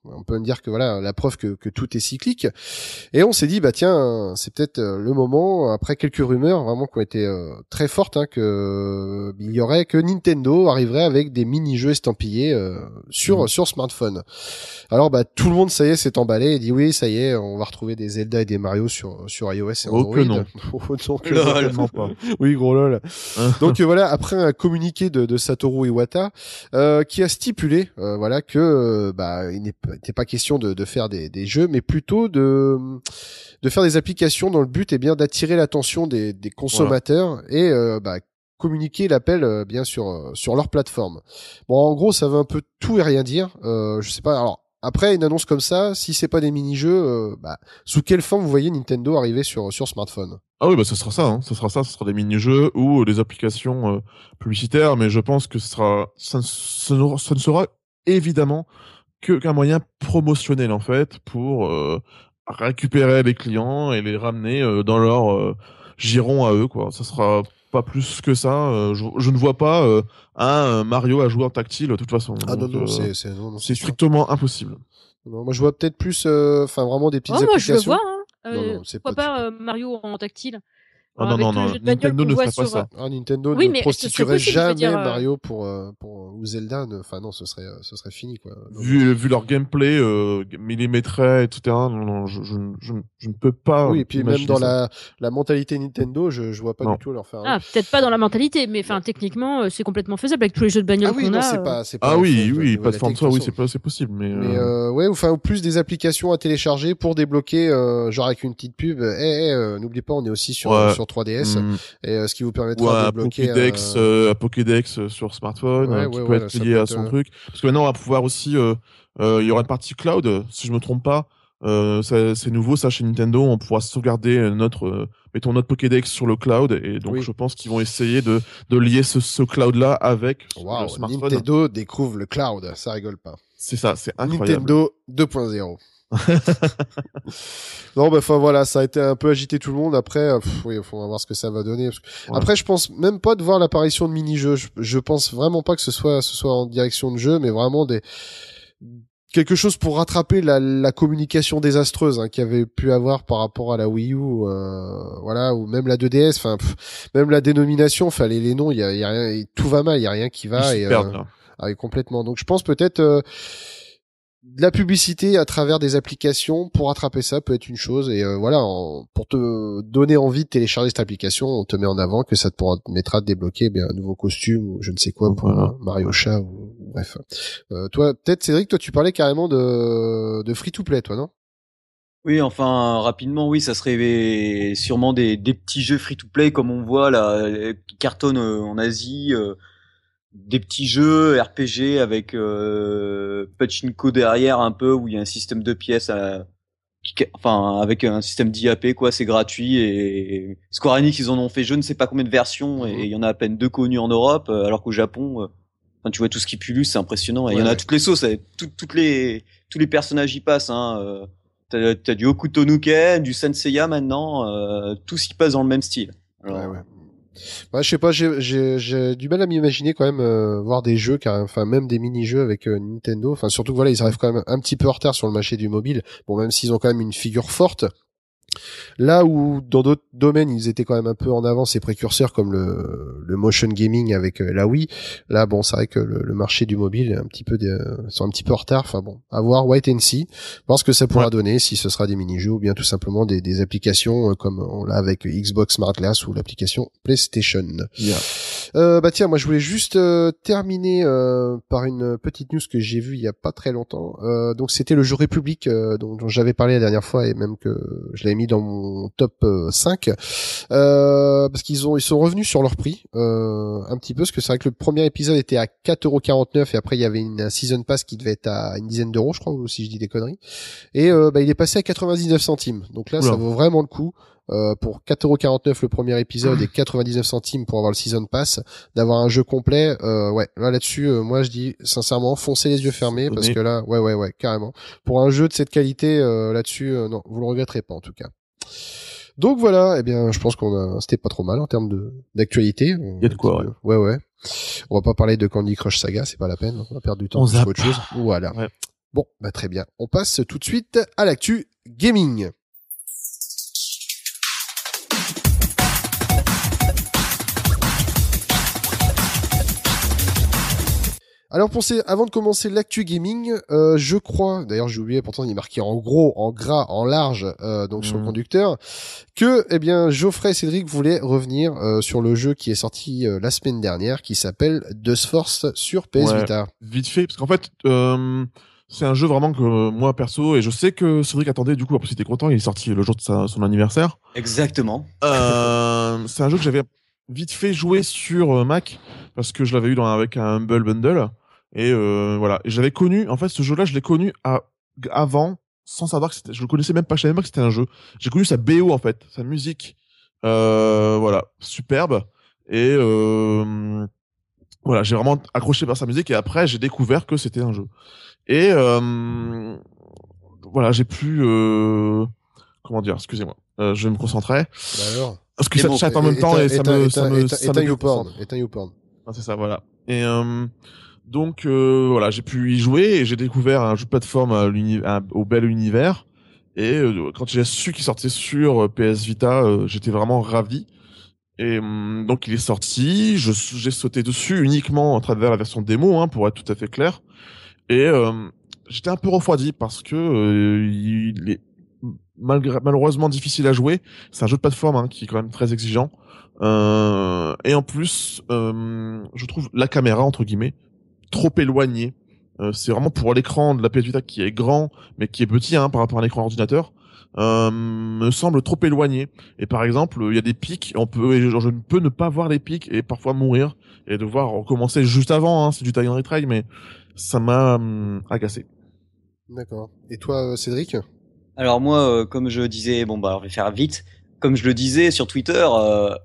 on peut dire que voilà la preuve que, que tout est cyclique. Et on s'est dit bah tiens, c'est peut-être le moment après quelques rumeurs vraiment qui ont été euh, très fortes hein, que euh, il y aurait que Nintendo arriverait avec des mini-jeux estampillés euh, sur mmh. sur smartphone. Alors bah tout le monde ça y est s'est emballé et dit oui ça y est on va retrouver des Zelda et des Mario sur sur iOS et Android.
Oh que non.
oh, donc,
lol. Pas.
Oui gros lol. Donc euh, voilà après un communiqué de, de Satoru Iwata euh, qui a stipulé euh, voilà que euh, bah il n'était pas question de, de faire des, des jeux mais plutôt de de faire des applications dont le but est bien d'attirer l'attention des, des consommateurs voilà. et euh, bah communiquer l'appel euh, bien sur euh, sur leur plateforme. Bon en gros ça veut un peu tout et rien dire. Euh, je sais pas alors après une annonce comme ça si c'est pas des mini-jeux euh, bah sous quelle forme vous voyez Nintendo arriver sur sur smartphone?
Ah oui bah ce sera ça hein. ce sera ça ce sera des mini-jeux ou des applications euh, publicitaires mais je pense que ce sera ça, ça, ça ne sera évidemment que qu'un moyen promotionnel en fait pour euh, récupérer les clients et les ramener euh, dans leur euh, giron à eux quoi. Ça sera pas plus que ça. Euh, je, je ne vois pas euh, un Mario à jouer en tactile de toute façon.
Ah
donc,
non non
euh,
c'est c'est non, non,
c'est strictement impossible.
Non, moi je vois peut-être plus enfin euh, vraiment des petites
oh,
applications.
Moi je le vois hein. Euh,
non non c'est
pourquoi
pas,
pas euh, Mario en tactile.
Ah non, non, non, Nintendo ne ferait pas ça.
Ah, Nintendo
oui,
ne
mais
prostituerait
possible,
jamais
dire, euh...
Mario pour, euh, pour, ou Zelda, ne... enfin non, ce serait, ce serait fini, quoi.
Vu, vu leur gameplay, euh, millimétré, et cetera, non, non, je, je, je, je ne peux pas.
Oui, et puis même dans
ça.
la, la mentalité Nintendo, je, je vois pas
non.
du tout leur faire.
Ah, peut-être pas dans la mentalité, mais enfin, techniquement, c'est complètement faisable avec tous les jeux de bagnole
ah, oui,
qu'on
non,
a.
c'est pas, c'est pas
ah oui,
fond,
oui, pas de forme soi, oui, c'est pas, c'est possible, mais.
Mais
euh...
euh, ouais, enfin, ou plus des applications à télécharger pour débloquer, euh, genre avec une petite pub. Eh, hey, hey, euh, n'oubliez pas, on est aussi sur
ouais.
sur trois D S, mmh. et euh, ce qui vous permettra
ouais,
de débloquer
un Pokédex, euh... un Pokédex sur smartphone,
ouais,
euh,
ouais,
qui
ouais,
peut
ouais,
être lié à son euh... truc. Parce que maintenant, on va pouvoir aussi, euh, euh, il y aura une partie cloud, si je me trompe pas. Euh, ça, c'est nouveau, ça, chez Nintendo, on pourra sauvegarder notre, euh, mettons notre Pokédex sur le cloud, et donc oui. je pense qu'ils vont essayer de, de lier ce, ce cloud-là avec
wow,
le smartphone.
Nintendo découvre le cloud, ça rigole pas.
C'est ça, c'est incroyable.
Nintendo deux point zéro. non, bah, enfin voilà, ça a été un peu agité tout le monde. Après, pff, oui, faut voir ce que ça va donner. Parce que... ouais. Après, je pense même pas de voir l'apparition de mini-jeux. Je, je pense vraiment pas que ce soit, ce soit en direction de jeu, mais vraiment des quelque chose pour rattraper la, la communication désastreuse hein, qu'il y avait pu avoir par rapport à la Wii U, euh, voilà, ou même la deux D S. Enfin, même la dénomination, enfin les, les noms, il y a, y a rien, tout va mal, il y a rien qui va.
Ils
et,
se perdent,
euh,
là.
Ah, complètement. Donc, je pense peut-être. Euh, de la publicité à travers des applications pour attraper ça peut être une chose et euh, voilà en, pour te donner envie de télécharger cette application on te met en avant que ça te pourra, permettra de débloquer bien un nouveau costume ou je ne sais quoi pour voilà. Mario Chat ou, ou bref euh, toi peut-être Cédric toi tu parlais carrément de de free to play toi non?
Oui, enfin rapidement, oui, ça serait sûrement des, des petits jeux free to play comme on voit là qui cartonnent en Asie. Euh, des petits jeux R P G avec euh, pachinko derrière un peu où il y a un système de pièces à, qui, enfin avec un système d'I A P quoi, c'est gratuit et Square Enix ils en ont fait je ne sais pas combien de versions et il y en a à peine deux connues en Europe alors qu'au Japon euh, enfin tu vois tout ce qui pullule, c'est impressionnant et il ouais, y en a ouais. toutes les sauces, tout, toutes les tous les personnages y passent hein, euh, t'as, t'as du Hokuto Nuken, du Senseiya maintenant, euh, tout s'y passe dans le même style. Alors,
ouais, ouais. Bah, je sais pas, j'ai, j'ai, j'ai du mal à m'imaginer quand même euh, voir des jeux, car, enfin même des mini-jeux avec euh, Nintendo. Enfin surtout que voilà, ils arrivent quand même un petit peu en retard sur le marché du mobile. Bon, même s'ils ont quand même une figure forte. Là où dans d'autres domaines ils étaient quand même un peu en avance et précurseurs comme le, le motion gaming avec euh, la Wii, là bon c'est vrai que le, le marché du mobile est un petit peu de, sont un petit peu en retard. Enfin bon, à voir, wait and see, voir ce que ça pourra ouais. donner, si ce sera des mini-jeux ou bien tout simplement des, des applications euh, comme on l'a avec Xbox Smart Glass ou l'application PlayStation.
Yeah.
Euh, bah tiens, moi je voulais juste euh, terminer euh, par une petite news que j'ai vue il y a pas très longtemps. Euh, donc c'était le jeu République euh, dont, dont j'avais parlé la dernière fois et même que je l'avais mis dans mon top cinq euh, parce qu'ils ont ils sont revenus sur leur prix euh, un petit peu parce que c'est vrai que le premier épisode était à quatre euros quarante-neuf et après il y avait une un season pass qui devait être à une dizaine d'euros je crois ou si je dis des conneries et euh, bah il est passé à quatre-vingt-dix-neuf centimes donc là Oula. Ça vaut vraiment le coup euh, pour quatre euros quarante-neuf le premier épisode et quatre-vingt-dix-neuf centimes pour avoir le season pass d'avoir un jeu complet euh, ouais là là-dessus euh, moi je dis sincèrement foncez les yeux fermés parce que là ouais ouais ouais carrément pour un jeu de cette qualité euh, là-dessus euh, non vous le regretterez pas en tout cas. Donc voilà, eh bien, je pense qu'on a, c'était pas trop mal en termes de d'actualité.
Il y a de quoi, ouais.
ouais, ouais. On va pas parler de Candy Crush Saga, c'est pas la peine. On va perdre du temps sur autre chose. Voilà. Ouais. Bon, bah très bien. On passe tout de suite à l'actu gaming. Alors pour ces, avant de commencer l'actu gaming, euh, je crois, d'ailleurs j'ai oublié, pourtant il est marqué en gros, en gras, en large, euh, donc mmh. sur le conducteur, que eh bien Geoffrey et Cédric voulaient revenir euh, sur le jeu qui est sorti euh, la semaine dernière, qui s'appelle Dust Force sur P S
ouais,
Vita.
Vite fait, parce qu'en fait, euh, c'est un jeu vraiment que euh, moi perso, et je sais que Cédric attendait, du coup, après il était content, il est sorti le jour de sa, son anniversaire.
Exactement.
Euh, c'est un jeu que j'avais vite fait jouer sur euh, Mac, parce que je l'avais eu dans, avec un Humble Bundle. Et euh, voilà, et j'avais connu, en fait, ce jeu-là, je l'ai connu à, avant, sans savoir que c'était, je le connaissais même pas, je savais même pas que c'était un jeu. J'ai connu sa B O, en fait, sa musique, euh, voilà, superbe. Et euh, voilà, j'ai vraiment accroché par sa musique, et après, j'ai découvert que c'était un jeu. Et euh, voilà, j'ai pu, euh, comment dire, excusez-moi, euh, je vais me concentrer.
Bah alors.
Parce que ça bon, chatte en même temps, et ça me, ça me, ça me
YouPorn, éteins YouPorn.
Ah, c'est ça, voilà. Et euh, donc euh, voilà, j'ai pu y jouer et j'ai découvert un jeu de plateforme à à, au bel univers. Et euh, quand j'ai su qu'il sortait sur P S Vita, euh, j'étais vraiment ravi. Et euh, donc il est sorti, je, j'ai sauté dessus uniquement à travers la version démo, hein, pour être tout à fait clair. Et euh, j'étais un peu refroidi parce que euh, il est malgré, malheureusement difficile à jouer. C'est un jeu de plateforme hein, qui est quand même très exigeant. Euh, et en plus, euh, je trouve la caméra entre guillemets trop éloignée. Euh, c'est vraiment pour l'écran de la P S Vita qui est grand, mais qui est petit hein, par rapport à un écran ordinateur. Euh, me semble trop éloigné. Et par exemple, il y a des pics, on peut, je, je ne peux ne pas voir les pics et parfois mourir et devoir recommencer juste avant. Hein, c'est du tie and retry, mais ça m'a hum, agacé.
D'accord. Et toi, Cédric ?
Alors moi, euh, comme je disais, bon bah, on va faire vite. Comme je le disais sur Twitter, euh,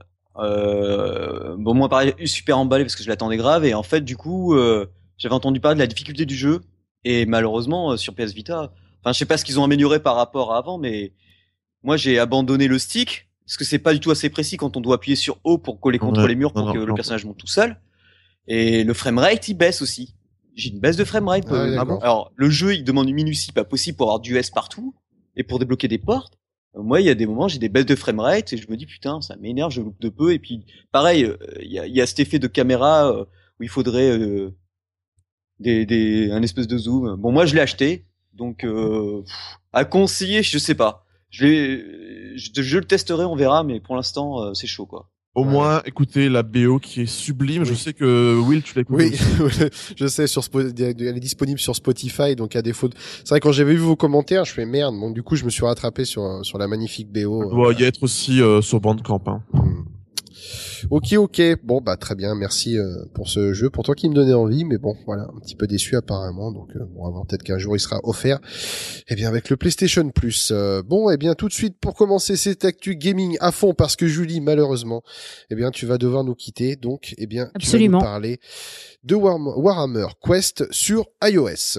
euh, bon moi pareil, super emballé parce que je l'attendais grave et en fait du coup, euh, j'avais entendu parler de la difficulté du jeu et malheureusement euh, sur P S Vita, enfin je sais pas ce qu'ils ont amélioré par rapport à avant, mais moi j'ai abandonné le stick parce que c'est pas du tout assez précis quand on doit appuyer sur O pour coller contre
ouais,
les murs pour non, que non, le non. personnage monte tout seul. Et le framerate il baisse aussi. J'ai une baisse de framerate.
Ah,
euh,
bon.
Alors le jeu il demande une minutie pas possible pour avoir du S partout et pour débloquer des portes. Euh, moi il y a des moments j'ai des baisses de framerate et je me dis putain ça m'énerve, je loupe de peu. Et puis pareil il euh, y, a, y a cet effet de caméra euh, où il faudrait euh, des, des un espèce de zoom. Bon moi je l'ai acheté donc euh, pff, à conseiller je sais pas. Je, l'ai, je, je le testerai, on verra, mais pour l'instant, euh, c'est chaud, quoi.
Au
ouais.
moins, écoutez la B O qui est sublime. Oui. Je sais que Will, tu l'écoutes.
Oui, je sais. Sur elle est disponible sur Spotify, donc à défaut. De... C'est vrai quand j'avais vu vos commentaires, je fais merde. Donc du coup, je me suis rattrapé sur sur la magnifique B O.
Il doit y être aussi euh, sur Bandcamp. Hein.
Hmm. Ok, ok. Bon, bah très bien. Merci euh, pour ce jeu, pour toi qui me donnait envie, mais bon, voilà, un petit peu déçu apparemment. Donc, euh, on va voir peut-être qu'un jour il sera offert. Eh bien, avec le PlayStation Plus. Euh, bon, eh bien, tout de suite pour commencer cette actu gaming à fond, parce que Julie, malheureusement, eh bien, tu vas devoir nous quitter. Donc, eh bien,
Absolument.
tu vas nous parler de War- Warhammer Quest sur iOS.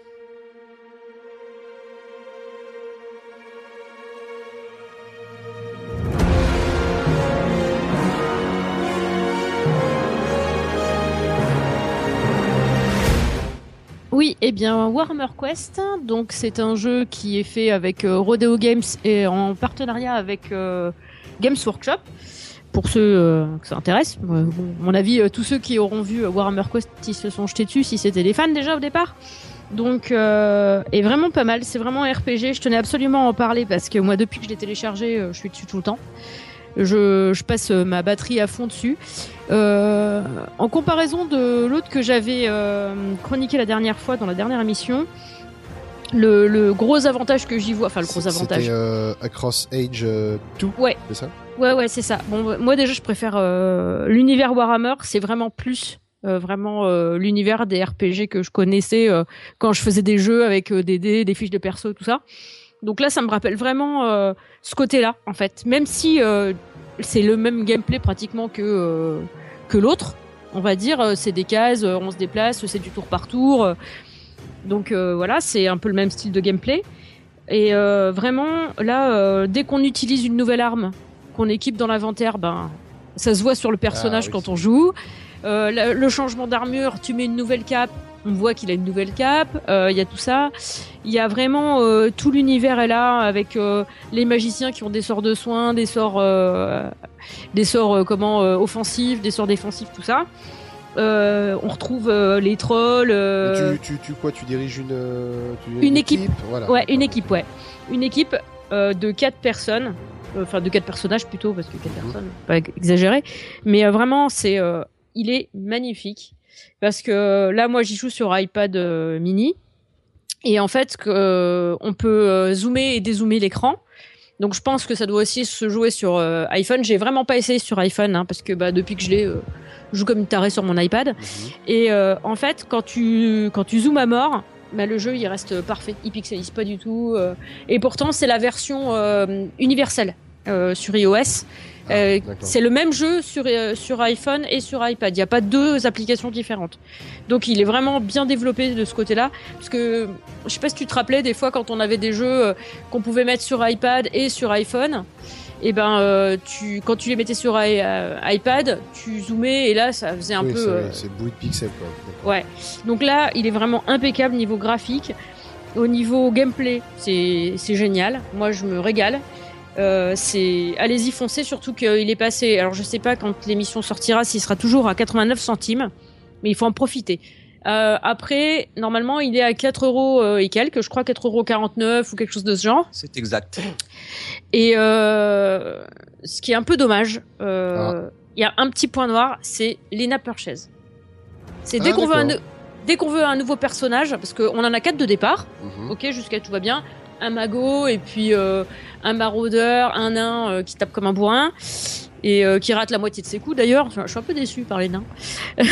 Oui, eh bien Warhammer Quest, donc c'est un jeu qui est fait avec euh, Rodeo Games et en partenariat avec euh, Games Workshop. Pour ceux euh, que ça intéresse, euh, bon, à mon avis, euh, tous ceux qui auront vu euh, Warhammer Quest, ils se sont jetés dessus si c'était des fans déjà au départ. Donc, euh, est vraiment pas mal. C'est vraiment un R P G. Je tenais absolument à en parler parce que moi, depuis que je l'ai téléchargé, euh, je suis dessus tout le temps. Je, je passe ma batterie à fond dessus. Euh, en comparaison de l'autre que j'avais euh, chroniqué la dernière fois dans la dernière émission, le, le gros avantage que j'y vois, enfin le gros avantage.
C'était euh, Across Age euh, deux.
Ouais.
C'est ça.
Ouais, ouais, c'est ça. Bon, moi déjà, je préfère euh, l'univers Warhammer. C'est vraiment plus. Euh, vraiment euh, l'univers des R P G que je connaissais euh, quand je faisais des jeux avec euh, des dés, des fiches de perso, tout ça. Donc là, ça me rappelle vraiment euh, ce côté-là, en fait. Même si euh, c'est le même gameplay pratiquement que euh, que l'autre, on va dire. C'est des cases, on se déplace, c'est du tour par tour. Donc euh, voilà, c'est un peu le même style de gameplay. Et euh, vraiment, là, euh, dès qu'on utilise une nouvelle arme qu'on équipe dans l'inventaire, ben ça se voit sur le personnage ah, oui, quand on joue. Euh, le, le changement d'armure, tu mets une nouvelle cape, on voit qu'il a une nouvelle cape. Il euh, y a tout ça. Il y a vraiment euh, tout l'univers est là avec euh, les magiciens qui ont des sorts de soins, des sorts, euh, des sorts euh, comment euh, offensifs, des sorts défensifs, tout ça. Euh, on retrouve euh, les trolls. Euh...
Tu, tu, tu quoi Tu diriges une, tu,
une, une équipe. équipe.
Voilà.
Ouais, une équipe, ouais, une équipe euh, de quatre personnes. Enfin, de quatre personnages plutôt, parce que quatre mmh. personnes, pas exagéré. Mais euh, vraiment, c'est, euh, il est magnifique. Parce que là, moi, j'y joue sur iPad euh, mini. Et en fait, que, euh, on peut euh, zoomer et dézoomer l'écran. Donc, je pense que ça doit aussi se jouer sur euh, iPhone. J'ai vraiment pas essayé sur iPhone, hein, parce que bah, depuis que je l'ai, euh, je joue comme une tarée sur mon iPad. Mmh. Et euh, en fait, quand tu, quand tu zoomes à mort, bah, le jeu, il reste parfait. Il pixelise pas du tout. Euh, et pourtant, c'est la version euh, universelle euh, sur iOS.
Ah,
euh, c'est le même jeu sur, euh, sur iPhone et sur iPad. Il n'y a pas deux applications différentes. Donc, il est vraiment bien développé de ce côté-là. Parce que, je sais pas si tu te rappelais, des fois, quand on avait des jeux euh, qu'on pouvait mettre sur iPad et sur iPhone, et ben, euh, tu, quand tu les mettais sur i, euh, iPad, tu zoomais et là, ça faisait un
oui,
peu...
Ça,
euh...
c'est bruit de pixels, quoi.
Ouais. Donc là, il est vraiment impeccable niveau graphique. Au niveau gameplay, c'est, c'est génial. Moi, je me régale. Euh, c'est, allez-y, foncez, surtout qu'il est passé. Alors, je sais pas quand l'émission sortira s'il sera toujours à quatre-vingt-neuf centimes, mais il faut en profiter. Euh, après, normalement, il est à quatre euros et quelques, je crois quatre euros quarante-neuf ou quelque chose de ce genre.
C'est exact.
Et euh, ce qui est un peu dommage, euh, il ah. y a un petit point noir, c'est l'in-app purchase. C'est dès ah, qu'on veut un, dès qu'on veut un nouveau personnage, parce qu'on en a quatre de départ, mm-hmm. ok, jusqu'à tout va bien, un mago et puis euh, un maraudeur, un nain euh, qui tape comme un bourrin et euh, qui rate la moitié de ses coups d'ailleurs. Enfin, je suis un peu déçu par les nains. et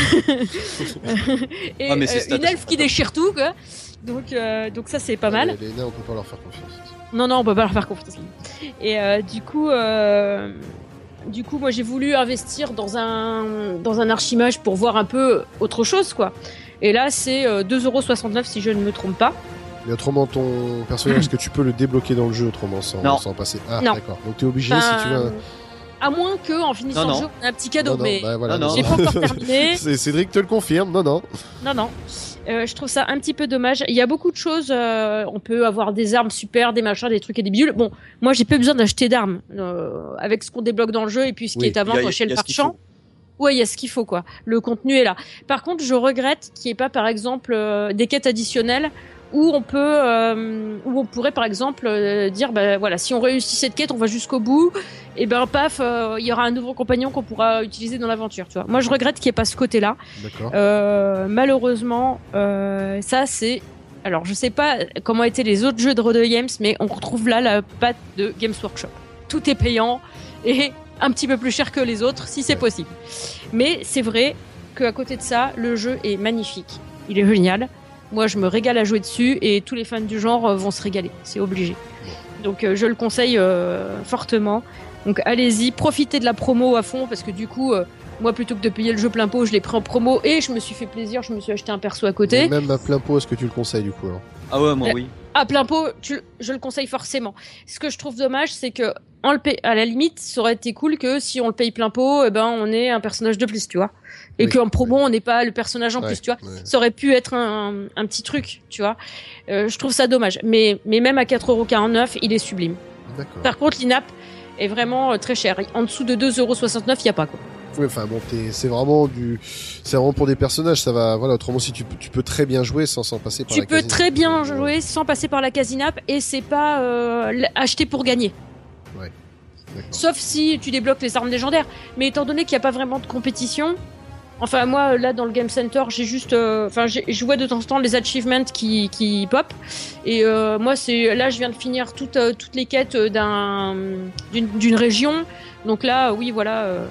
ah, mais
euh, une elfe qui déchire tout, quoi. Donc, euh, donc ça c'est pas
ah,
mal.
Les, les nains, on peut pas leur faire confiance.
Non, non, on peut pas leur faire confiance. Et euh, du coup. Euh... Du coup, moi, j'ai voulu investir dans un dans un archimage pour voir un peu autre chose, quoi. Et là, c'est euh, deux euros soixante-neuf si je ne me trompe pas.
Mais autrement, ton personnage, est-ce que tu peux le débloquer dans le jeu autrement sans,
non.
sans passer Ah,
non.
d'accord. Donc t'es obligé
ben,
si tu veux.
À moins que, en finissant
non,
le jeu, on ait un petit cadeau,
non, non,
mais
bah, voilà,
non, non.
j'ai pas encore terminé.
C'est Cédric te le confirme, non, non.
Non, non. Euh, je trouve ça un petit peu dommage. Il y a beaucoup de choses. Euh, on peut avoir des armes super, des machins, des trucs et des bidules. Bon, moi, j'ai pas besoin d'acheter d'armes euh, avec ce qu'on débloque dans le jeu et puis ce qui
oui.
est à vendre chez le marchand. Ouais, il y a ce qu'il faut, quoi. Le contenu est là. Par contre, je regrette qu'il n'y ait pas, par exemple, euh, des quêtes additionnelles où on peut, euh, où on pourrait, par exemple, euh, dire, bah voilà, si on réussit cette quête, on va jusqu'au bout, et ben paf, il euh, y aura un nouveau compagnon qu'on pourra utiliser dans l'aventure, tu vois. Moi, je regrette qu'il n'y ait pas ce côté-là.
D'accord.
Euh, malheureusement, euh, ça c'est. Alors, je sais pas comment étaient les autres jeux de Rodeo Games, mais on retrouve là la patte de Games Workshop. Tout est payant et un petit peu plus cher que les autres, si c'est ouais. possible. Mais c'est vrai qu'à côté de ça, le jeu est magnifique. Il est génial. Moi, je me régale à jouer dessus et tous les fans du genre vont se régaler. C'est obligé. Donc, euh, je le conseille euh, fortement. Donc, allez-y, profitez de la promo à fond parce que du coup, euh, moi, plutôt que de payer le jeu plein pot, je l'ai pris en promo et je me suis fait plaisir. Je me suis acheté un perso à côté.
Mais même à plein pot, est-ce que tu le conseilles du coup alors ?
Ah ouais, moi oui.
À plein pot, tu, je le conseille forcément. Ce que je trouve dommage, c'est que en le paye, à la limite, ça aurait été cool que si on le paye plein pot, eh ben on ait un personnage de plus, tu vois. Et oui, qu'en promo, oui. on n'ait pas le personnage en ouais, plus, tu vois. Ouais. Ça aurait pu être un, un petit truc, tu vois. Euh, je trouve ça dommage. Mais, mais même à quatre euros quarante-neuf, il est sublime.
D'accord.
Par contre, l'in-app est vraiment très cher. En dessous de deux euros soixante-neuf, il n'y a pas, quoi.
Oui, enfin bon, t'es, c'est vraiment du, c'est vraiment pour des personnages, ça va, voilà. Autrement, si tu, tu peux très bien jouer sans, sans passer par
tu
la
peux
casine.
très bien jouer sans passer par la casinap et c'est pas euh, acheter pour gagner.
Ouais. D'accord.
Sauf si tu débloques les armes légendaires. Mais étant donné qu'il n'y a pas vraiment de compétition, enfin moi là dans le Game Center, j'ai juste, enfin euh, je vois de temps en temps les achievements qui qui pop et euh, moi c'est là je viens de finir toutes euh, toutes les quêtes d'un d'une, d'une région. Donc là oui voilà. Euh,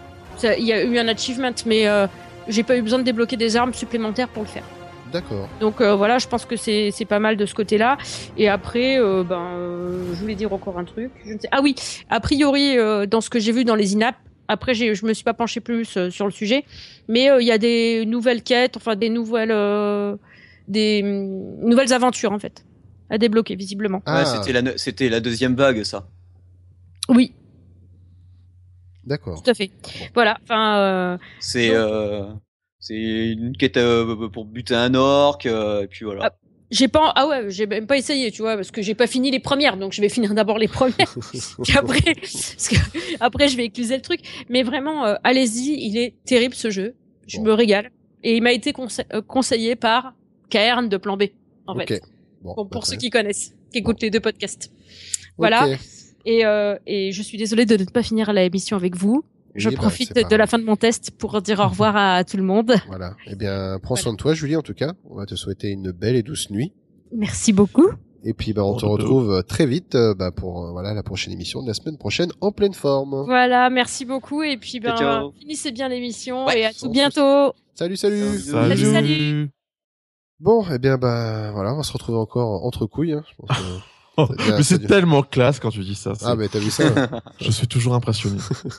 il y a eu un achievement, mais euh, j'ai pas eu besoin de débloquer des armes supplémentaires pour le faire.
D'accord.
Donc euh, voilà, je pense que c'est c'est pas mal de ce côté-là. Et après, euh, ben, euh, je voulais dire encore un truc. Je ne sais. Ah oui, a priori, euh, dans ce que j'ai vu dans les in-app, après j'ai, je me suis pas penché plus euh, sur le sujet, mais il euh, y a des nouvelles quêtes, enfin des nouvelles, euh, des mm, nouvelles aventures en fait à débloquer visiblement.
Ah. Ouais, c'était la c'était la deuxième vague, ça.
Oui.
D'accord.
Tout à fait. Voilà. Enfin. Euh...
C'est euh, c'est une quête euh, pour buter un orc euh, et puis voilà.
Ah, j'ai pas. Ah ouais, j'ai même pas essayé, tu vois, parce que j'ai pas fini les premières, donc je vais finir d'abord les premières. après, parce que après je vais écluser le truc. Mais vraiment, euh, allez-y, il est terrible ce jeu. Je
Bon.
me régale. Et il m'a été conse- euh, conseillé par Cairn de Plan B, en
Ok.
fait.
Bon,
Bon, pour
bah,
ceux
très-
qui connaissent, qui écoutent les deux podcasts. Voilà.
Ok.
Et, euh, et je suis désolée de ne pas finir l'émission avec vous. Je
Oui, bah,
profite
c'est pas
de
grave.
la fin de mon test pour dire au revoir à tout le monde.
Voilà. Eh bien, prends
Voilà.
soin de toi, Julie, en tout cas. On va te souhaiter une belle et douce nuit.
Merci beaucoup.
Et puis, bah, on
Bon,
te
de-
retrouve euh, très vite, euh, bah, pour, euh, voilà, la prochaine émission de la semaine prochaine en pleine forme.
Voilà, merci beaucoup. Et puis, ben,
Ciao, ciao.
finissez bien l'émission
Ouais,
et à
sans
tout bientôt.
Salut, salut.
Salut.
Salut, salut.
Bon, eh bien, bah, voilà, on va se retrouver encore entre couilles, hein. Je pense que...
Oh,
Ça devient-
mais
ça
c'est
devient-
tellement classe quand tu dis ça. c'est-
Ah, mais t'as vu ça? hein.
Je suis toujours impressionné.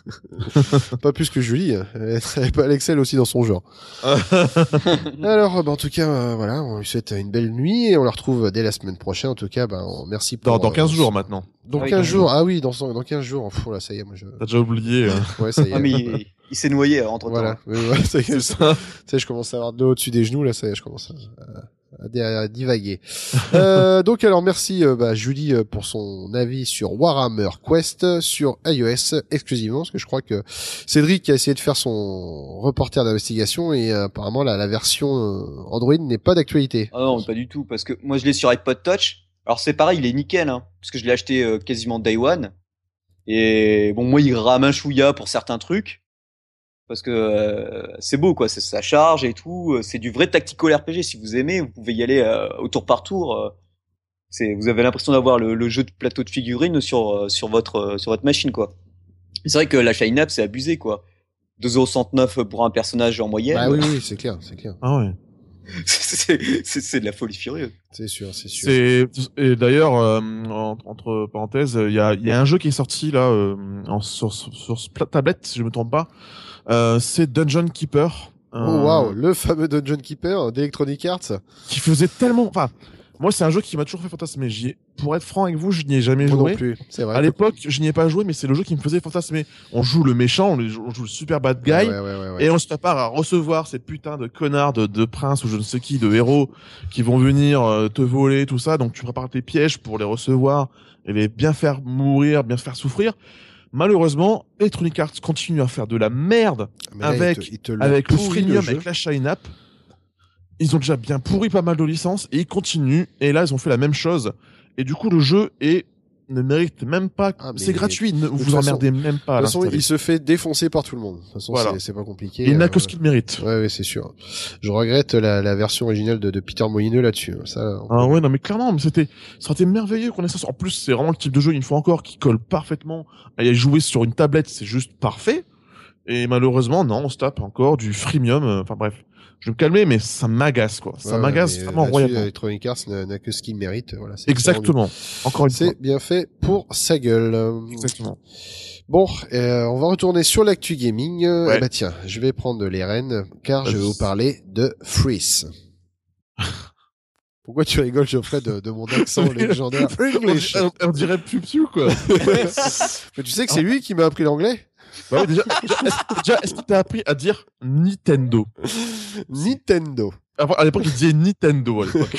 Pas plus que Julie. hein. Elle elle pas l'excel aussi dans son genre. Alors, bah, en tout cas, euh, voilà, on lui souhaite une belle nuit et on la retrouve dès la semaine prochaine. En tout cas, bah, on- merci pour...
dans, dans
euh,
quinze jours maintenant.
Dans
Ah oui,
quinze
quinze
jours. Ah oui, dans, dans quinze jours. Pff, là, ça y est, moi, je...
T'as déjà oublié. euh.
Ouais, ça y est.
Ah mais il, il s'est noyé entre temps.
Voilà. Oui, voilà, ça y est.
C'est
Ça
ça.
y est, je commence à avoir de l'eau au-dessus des genoux, là, ça y est, je commence à, à, dé- à divaguer. euh, donc, alors, merci, euh, bah, Julie, euh, pour son avis sur Warhammer Quest, sur iOS, exclusivement, parce que je crois que Cédric a essayé de faire son reporter d'investigation et euh, apparemment, la, la version euh, Android n'est pas d'actualité.
Ah non, pas du tout, parce que moi je l'ai sur iPod Touch. Alors c'est pareil, il est nickel, hein, parce que je l'ai acheté euh, quasiment day one. Et bon, moi il rame un chouïa pour certains trucs, parce que euh, c'est beau quoi, c'est ça charge et tout. C'est du vrai tactical R P G. Si vous aimez, vous pouvez y aller euh, au tour par tour. euh. C'est, vous avez l'impression d'avoir le, le jeu de plateau de figurines sur euh, sur votre euh, sur votre machine quoi. Et c'est vrai que l'achat in-app c'est abusé quoi. deux euros soixante-neuf pour un personnage en moyenne.
Bah oui, oui, c'est clair, c'est clair.
Ah ouais.
c'est, c'est, c'est de la folie furieuse.
C'est sûr, c'est sûr.
C'est et d'ailleurs euh, en- entre parenthèses, il y a il y a un jeu qui est sorti là euh, en, sur sur, sur pla- tablette si je me trompe pas. Euh, c'est Dungeon Keeper.
Oh
euh,
waouh, le fameux Dungeon Keeper d'Electronic Arts.
Qui faisait tellement. Enfin, moi c'est un jeu qui m'a toujours fait fantasmer. J'y ai... Pour être franc avec vous, je n'y ai jamais
Moi
joué.
non plus, c'est vrai.
À l'époque, je n'y ai pas joué, mais c'est le jeu qui me faisait fantasmer. On joue le méchant, on joue on joue le super bad guy.
Ouais, ouais, ouais, ouais, ouais.
Et on se prépare à recevoir ces putains de connards, de, de princes ou je ne sais qui, de héros qui vont venir euh, te voler, tout ça. Donc tu prépares tes pièges pour les recevoir et les bien faire mourir, bien faire souffrir. Malheureusement, Electronic Arts continue à faire de la merde
Mais là,
avec,
il te- il te l'ont
avec le
pourri,
freemium,
jeu.
avec l'achat in-app. Ils ont déjà bien pourri pas mal de licences et ils continuent. Et là, ils ont fait la même chose. Et du coup, le jeu est ne mérite même pas.
Ah, mais
c'est gratuit. Ne
toute
vous
façon-
emmerdez même pas.
De
à
toute façon,
l'installer.
il se fait défoncer par tout le monde. De toute façon,
Voilà.
c'est- c'est pas compliqué.
Et il n'a
euh,
que ce qu'il mérite.
Ouais, ouais, c'est sûr. Je regrette la, la version originale de, de Peter Molineux là-dessus. Ça, on
Ah
peut-
ouais, non, mais clairement, mais c'était, ça aurait été merveilleux qu'on ait ça. En plus, c'est vraiment le type de jeu, une fois encore, qui colle parfaitement à y jouer sur une tablette, c'est juste parfait. Et malheureusement, non, on se tape encore du freemium, euh, enfin bref. Je vais me calmer, mais ça m'agace, quoi. Ça
Ouais,
m'agace
mais
vraiment
là-dessus,
royalement.
Electronic Arts n'a n'a que ce qu'il mérite. Voilà, c'est
Exactement. Encore une fois.
C'est bien fait pour sa gueule.
Exactement.
Bon, euh, on va retourner sur l'actu gaming. Euh,
Ouais.
eh bah tiens, je vais prendre les rênes car je vais
Vas-y.
vous parler de Freeze. Pourquoi tu rigoles, Geoffrey, de, de mon accent légendaire English?
On, on dirait plus plus, quoi.
Mais tu sais que c'est lui qui m'a appris l'anglais?
Bah ouais, déjà, déjà, est-ce, déjà, est-ce qu'il t'a appris à dire Nintendo?
Nintendo.
Avant, à l'époque, il disait Nintendo, à l'époque.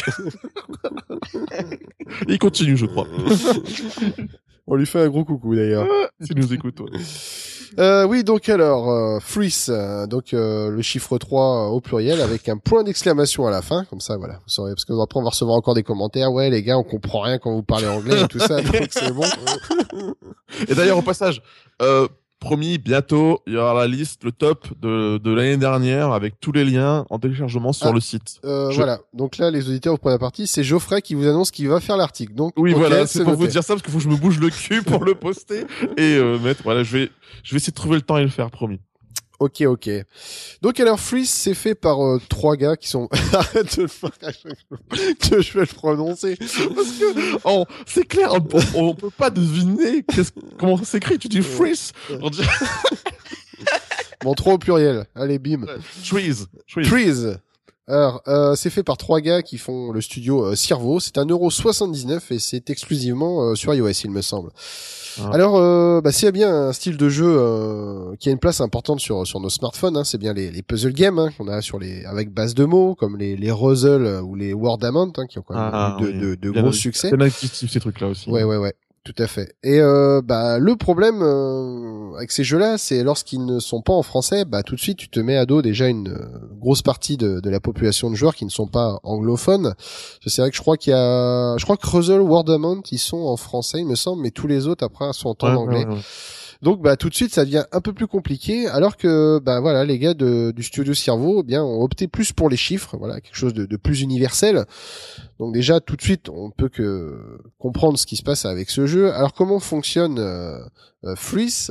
Il continue, je crois.
On lui fait un gros coucou d'ailleurs.
S'il nous écoute, ouais.
Euh, oui, donc alors, euh, Freeze, euh, donc euh, le chiffre trois au pluriel avec un point d'exclamation à la fin, comme ça, voilà. Vous saurez, parce que après on va recevoir encore des commentaires. Ouais, les gars, on comprend rien quand vous parlez anglais et tout ça, donc c'est bon.
Et d'ailleurs, au passage, euh, promis, bientôt, il y aura la liste, le top de, de l'année dernière avec tous les liens en téléchargement sur
Ah.
le site.
Euh,
Je-
Voilà. Donc là, les auditeurs, vous prenez la partie. C'est Geoffrey qui vous annonce qu'il va faire l'article. Donc,
Oui,
ok,
voilà, c'est pour
noté.
vous dire ça parce qu'il faut que je me bouge le cul pour le poster et euh, mettre. Voilà, je vais, je vais essayer de trouver le temps et le faire, promis.
Ok, ok. Donc alors, Freeze, c'est fait par euh, trois gars qui sont... Arrête de le faire à chaque fois que je vais le prononcer.
Parce que, oh, c'est clair, on, on, on peut pas deviner qu'est-ce, comment ça s'écrit. Tu dis freeze, on dit
Bon, trois au pluriel. Allez, bim.
trees, trees.
Freeze. Alors, euh, c'est fait par trois gars qui font le studio euh, Cerveau. C'est un euro soixante-dix-neuf et c'est exclusivement euh, sur iOS, il me semble. Ah. Alors, euh, bah, s'il y a bien un style de jeu euh, qui a une place importante sur sur nos smartphones, hein, c'est bien les, les puzzle games hein, qu'on a sur les avec base de mots, comme les les Ruzzle ou les Wordamount, hein, qui ont quand même
ah,
eu de,
oui.
de, de
bien
gros succès.
C'est addictif ces trucs-là aussi.
Ouais, ouais, ouais. Tout à fait. Et euh, bah le problème euh, avec ces jeux-là, c'est lorsqu'ils ne sont pas en français, bah tout de suite tu te mets à dos déjà une euh, grosse partie de, de la population de joueurs qui ne sont pas anglophones. C'est vrai que je crois qu'il y a, je crois que Ruzzle, Wordamount, ils sont en français, il me semble, mais tous les autres après sont en
ouais,
anglais.
Ouais, ouais.
Donc bah tout de suite ça devient un peu plus compliqué, alors que bah voilà les gars de, du studio Cerveau eh bien ont opté plus pour les chiffres, voilà quelque chose de, de plus universel. Donc déjà tout de suite on peut que comprendre ce qui se passe avec ce jeu. Alors comment fonctionne euh, euh, Freeze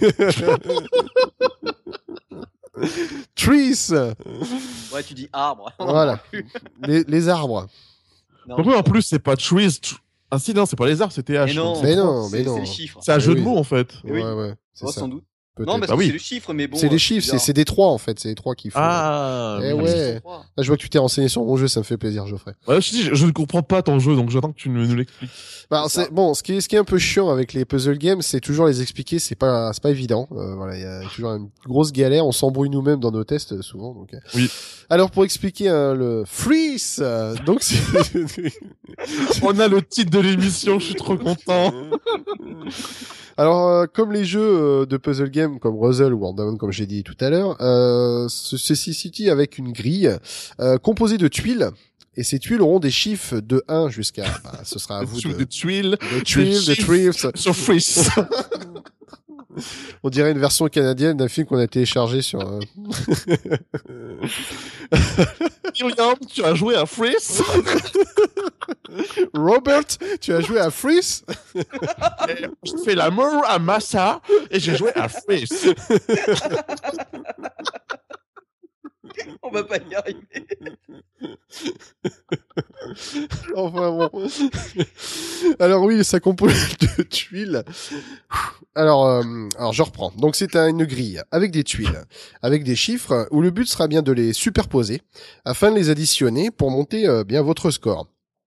Trees.
Ouais tu dis arbre.
Voilà les, les arbres.
Non, en, plus, en plus c'est pas trees. Tr- Ah si, non, c'est pas les arbres, c'était H.
Mais non,
mais non, mais non.
C'est les chiffres.
C'est un jeu
oui.
de mots, en fait.
Ouais,
oui.
ouais. C'est
oh,
ça.
sans doute.
Peut-être.
Non, parce
bah
que
oui.
c'est les chiffres, mais bon.
C'est les
euh,
chiffres, c'est,
bizarre.
c'est des trois, en fait. C'est les trois qui font.
Ah,
Eh
oui.
ouais. Ah, je vois que tu t'es renseigné sur mon jeu, ça me fait plaisir, Geoffrey.
Ouais, je, dis, je, je ne comprends pas ton jeu, donc j'attends que tu nous, nous l'expliques.
Bah, c'est, bon, ce qui est, ce qui est un peu chiant avec les puzzle games, c'est toujours les expliquer, c'est pas, c'est pas évident. Euh, voilà, il y a toujours une grosse galère, on s'embrouille nous-mêmes dans nos tests, souvent, donc.
Oui.
Alors, pour expliquer, hein, le freeze, euh, donc c'est...
On a le titre de l'émission, je suis trop content.
Alors, euh, comme les jeux euh, de puzzle game comme Ruzzle ou Wordamount, comme j'ai dit tout à l'heure, euh, ce, se situe avec une grille euh, composée de tuiles. Et ces tuiles auront des chiffres de un jusqu'à... Bah, ce sera à vous de...
Des tuiles.
Des tuiles, des tuiles.
Sur Freeze.
On dirait une version canadienne d'un film qu'on a téléchargé sur... Euh...
Myriam, tu as joué à Freeze.
Robert, tu as joué à Freeze.
Je fais l'amour à Massa et j'ai joué à Freeze.
On va pas y arriver.
Enfin bon. Alors oui, ça compose de tuiles. Alors, euh, alors je reprends. Donc c'est une grille avec des tuiles, avec des chiffres, où le but sera bien de les superposer afin de les additionner pour monter euh, bien votre score.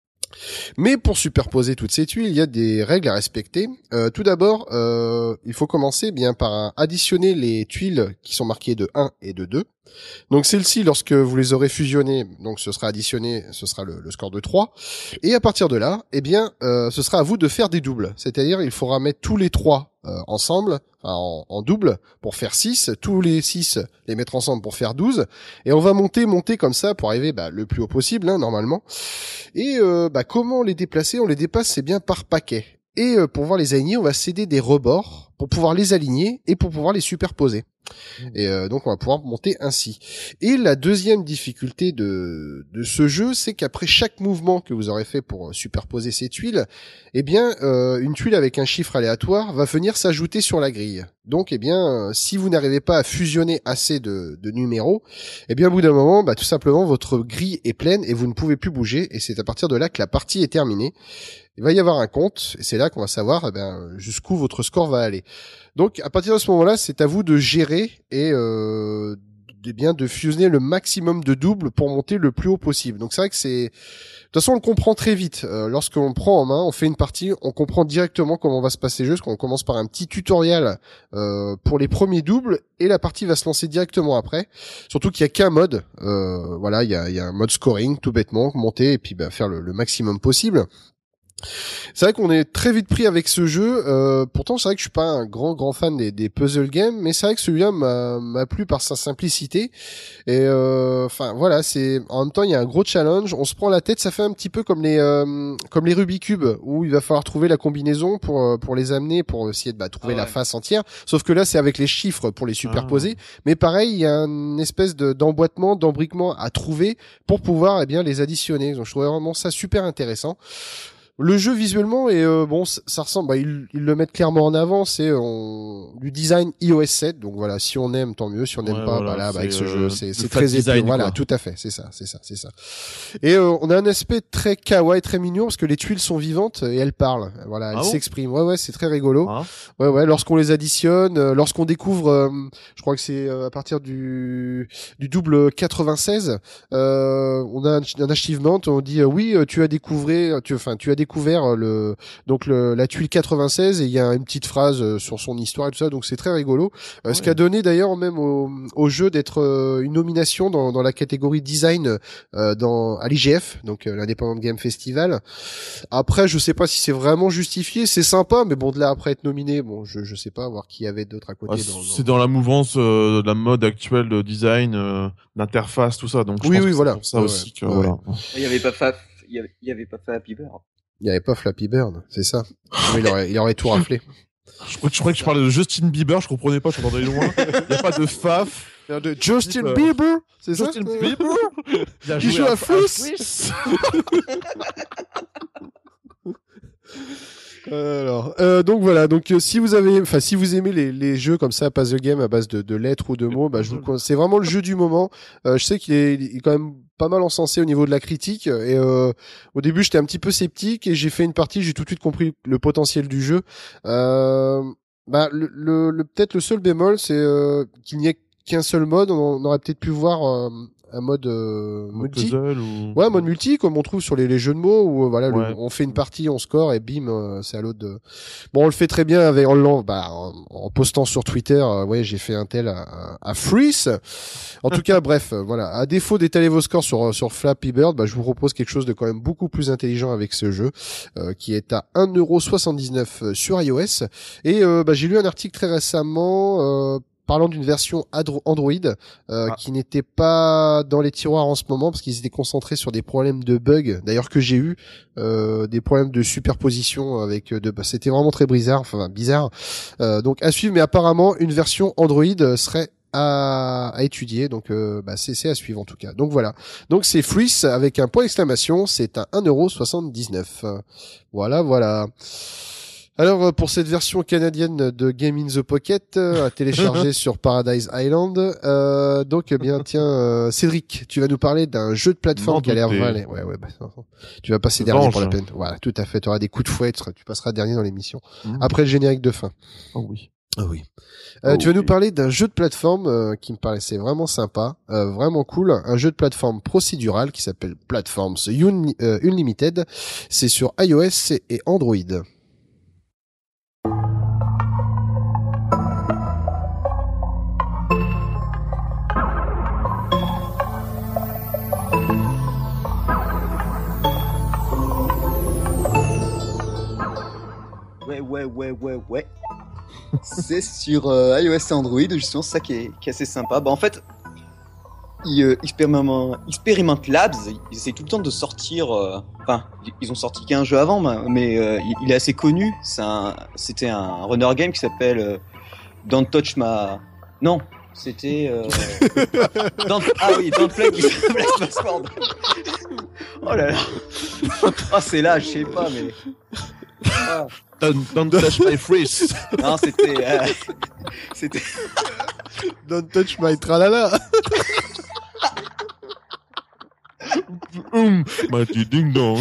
Mais pour superposer toutes ces tuiles, il y a des règles à respecter. Euh, tout d'abord, euh, il faut commencer bien par additionner les tuiles qui sont marquées de un et de deux. Donc celles-ci, lorsque vous les aurez fusionnées, donc ce sera additionné, ce sera le, le score de trois. Et à partir de là, eh bien, euh, ce sera à vous de faire des doubles. C'est-à-dire, il faudra mettre tous les trois euh, ensemble, enfin, en, en double, pour faire six. Tous les six, les mettre ensemble pour faire douze. Et on va monter, monter comme ça pour arriver bah, le plus haut possible, hein, normalement. Et euh, bah, comment les déplacer? On les dépasse, c'est bien par paquet. Et euh, pour pouvoir les aligner, on va céder des rebords pour pouvoir les aligner et pour pouvoir les superposer. Et euh, donc on va pouvoir monter ainsi. Et la deuxième difficulté de de ce jeu, c'est qu'après chaque mouvement que vous aurez fait pour superposer ces tuiles, eh bien euh, une tuile avec un chiffre aléatoire va venir s'ajouter sur la grille. Donc eh bien euh, si vous n'arrivez pas à fusionner assez de, de numéros, eh bien au bout d'un moment, bah tout simplement votre grille est pleine et vous ne pouvez plus bouger. Et c'est à partir de là que la partie est terminée. Il va y avoir un compte et c'est là qu'on va savoir eh ben jusqu'où votre score va aller. Donc à partir de ce moment-là, c'est à vous de gérer et euh, de bien de fusionner le maximum de doubles pour monter le plus haut possible. Donc c'est vrai que c'est de toute façon on le comprend très vite. Euh, lorsqu'on prend en main, on fait une partie, on comprend directement comment va se passer le jeu, parce qu'on commence par un petit tutoriel euh, pour les premiers doubles et la partie va se lancer directement après. Surtout qu'il y a qu'un mode, euh, voilà, il y a, il y a un mode scoring tout bêtement, monter et puis bah, faire le, le maximum possible. C'est vrai qu'on est très vite pris avec ce jeu. Euh, pourtant, c'est vrai que je suis pas un grand grand fan des, des puzzle games, mais c'est vrai que celui-là m'a, m'a plu par sa simplicité. Et enfin euh, voilà, c'est en même temps il y a un gros challenge. On se prend la tête, ça fait un petit peu comme les euh, comme les Rubik's Cube où il va falloir trouver la combinaison pour pour les amener pour essayer de bah, trouver ah ouais. la face entière. Sauf que là, c'est avec les chiffres pour les superposer. Ah. Mais pareil, il y a une espèce de d'emboîtement, d'embriquement à trouver pour pouvoir eh bien les additionner. Donc je trouvais vraiment ça super intéressant. Le jeu visuellement et euh, bon, ça, ça ressemble. Bah, ils, ils le mettent clairement en avant. C'est on, du design iOS sept. Donc voilà, si on aime, tant mieux. Si on n'aime
Ouais,
pas,
voilà,
bah là, bah, avec ce
euh,
jeu, c'est,
le
c'est
flat
très épais.
design,
Voilà,
quoi.
tout à fait. C'est ça, c'est ça, c'est ça. Et euh, on a un aspect très kawaii, très mignon parce que les tuiles sont vivantes et elles parlent. Voilà, elles
Ah bon
s'expriment. Ouais, ouais, c'est très rigolo.
Hein
Ouais, ouais. Lorsqu'on les additionne, euh, lorsqu'on découvre, euh, je crois que c'est euh, à partir du du double quatre-vingt-seize, euh, on a un, un achievement. On dit euh, oui, tu as découvert, tu, enfin, tu as découvert le donc le, la tuile quatre-vingt-seize et il y a une petite phrase euh, sur son histoire et tout ça, donc c'est très rigolo. Euh,
Ouais.
Ce qui a donné d'ailleurs même au, au jeu d'être euh, une nomination dans, dans la catégorie design euh, dans à l'I G F, donc euh, l'Independent Game Festival. Après, je sais pas si c'est vraiment justifié, c'est sympa, mais bon de là après être nominé, bon je je sais pas, voir qui y avait d'autres à côté.
Ah,
dans, dans...
c'est dans la mouvance euh, de la mode actuelle de design, euh, d'interface, tout ça. Donc je
Oui,
pense
oui,
que
voilà.
c'est pour ça
Ouais,
aussi que
ouais.
voilà.
Il y avait pas Faf, il y avait, il y avait pas Flappy Bird.
Il y avait pas Flappy Bird, c'est ça. Oui, il aurait il aurait tout raflé.
Je crois, je croyais que tu parlais de Justin Bieber, je comprenais pas, je t'entendais loin. Il y a pas de Faf.
De Justin
Bieber.
Bieber, c'est ça.
Justin Bieber. Il a
Qui
joué
joue à Freeze.
Freeze.
Alors, euh, donc voilà. Donc euh, si vous avez, enfin si vous aimez les, les jeux comme ça, puzzle game à base de, de lettres ou de mots, bah je vous conseille. C'est vraiment le jeu du moment. Euh, je sais qu'il est, il est quand même pas mal encensé au niveau de la critique. Et euh, au début, j'étais un petit peu sceptique et j'ai fait une partie. J'ai tout de suite compris le potentiel du jeu. Euh, bah le, le, le peut-être le seul bémol, c'est euh, qu'il n'y ait qu'un seul mode. On, on aurait peut-être pu voir euh, un mode euh, multi.
Puzzle ou...
Ouais, mode multi, comme on trouve sur les, les jeux de mots, où euh, voilà, le-
Ouais.
on fait une partie, on score et bim, euh, c'est à l'autre de. Bon, on le fait très bien avec en, l'en- bah, en, en postant sur Twitter. Euh, ouais, j'ai fait un tel à, à, à Freeze. En tout cas, bref, euh, voilà. À défaut d'étaler vos scores sur sur Flappy Bird, bah, je vous propose quelque chose de quand même beaucoup plus intelligent avec ce jeu, euh, qui est à un euro soixante-dix-neuf sur iOS. Et euh, bah, j'ai lu un article très récemment. Euh, parlant d'une version Adro- Android euh,
Ah.
qui n'était pas dans les tiroirs en ce moment parce qu'ils étaient concentrés sur des problèmes de bugs, d'ailleurs que j'ai eu euh, des problèmes de superposition avec de bah, c'était vraiment très bizarre, enfin bizarre. Euh, donc à suivre, mais apparemment une version Android serait à, à étudier, donc euh, bah, c'est, c'est à suivre en tout cas. Donc voilà, donc c'est Freeze avec un point d'exclamation, c'est à un euro soixante-dix-neuf. Voilà, voilà. Alors euh, pour cette version canadienne de Game in the Pocket euh, à télécharger sur Paradise Island, euh, donc eh bien tiens euh, Cédric, tu vas nous parler d'un jeu de plateforme
N'en
qui a l'air
doutez.
vrai. Ouais ouais, bah, tu vas passer
Venge.
dernier pour la peine. Voilà, tout à fait, tu auras des coups de fouet, tu seras- tu passeras dernier dans l'émission
Mmh.
après le générique de fin.
Oh oui.
Ah oui. Euh,
Oh
tu vas nous
oui.
parler d'un jeu de plateforme euh, qui me paraissait vraiment sympa, euh, vraiment cool, un jeu de plateforme procédural qui s'appelle Platforms Uni- euh, Unlimited. C'est sur iOS et- et Android.
Ouais, ouais, ouais, ouais, ouais. C'est sur euh, iOS et Android, justement, c'est ça qui est, qui est assez sympa. Bah, en fait, ils euh, expérimentent, expérimentent Labs, ils essayent tout le temps de sortir. euh, Enfin, ils ont sorti qu'un jeu avant, mais euh, il, il est assez connu. C'est un, c'était un runner game qui s'appelle euh, Don't Touch Ma. Non, c'était. Euh... Don't... Ah oui, Don't Play with Blast Passport. Oh là là. Oh, c'est là, je sais pas, mais. Ah.
Don't, don't touch my freeze.
Non, c'était. Euh... C'était.
Don't touch my tralala.
Hum, my ding dong.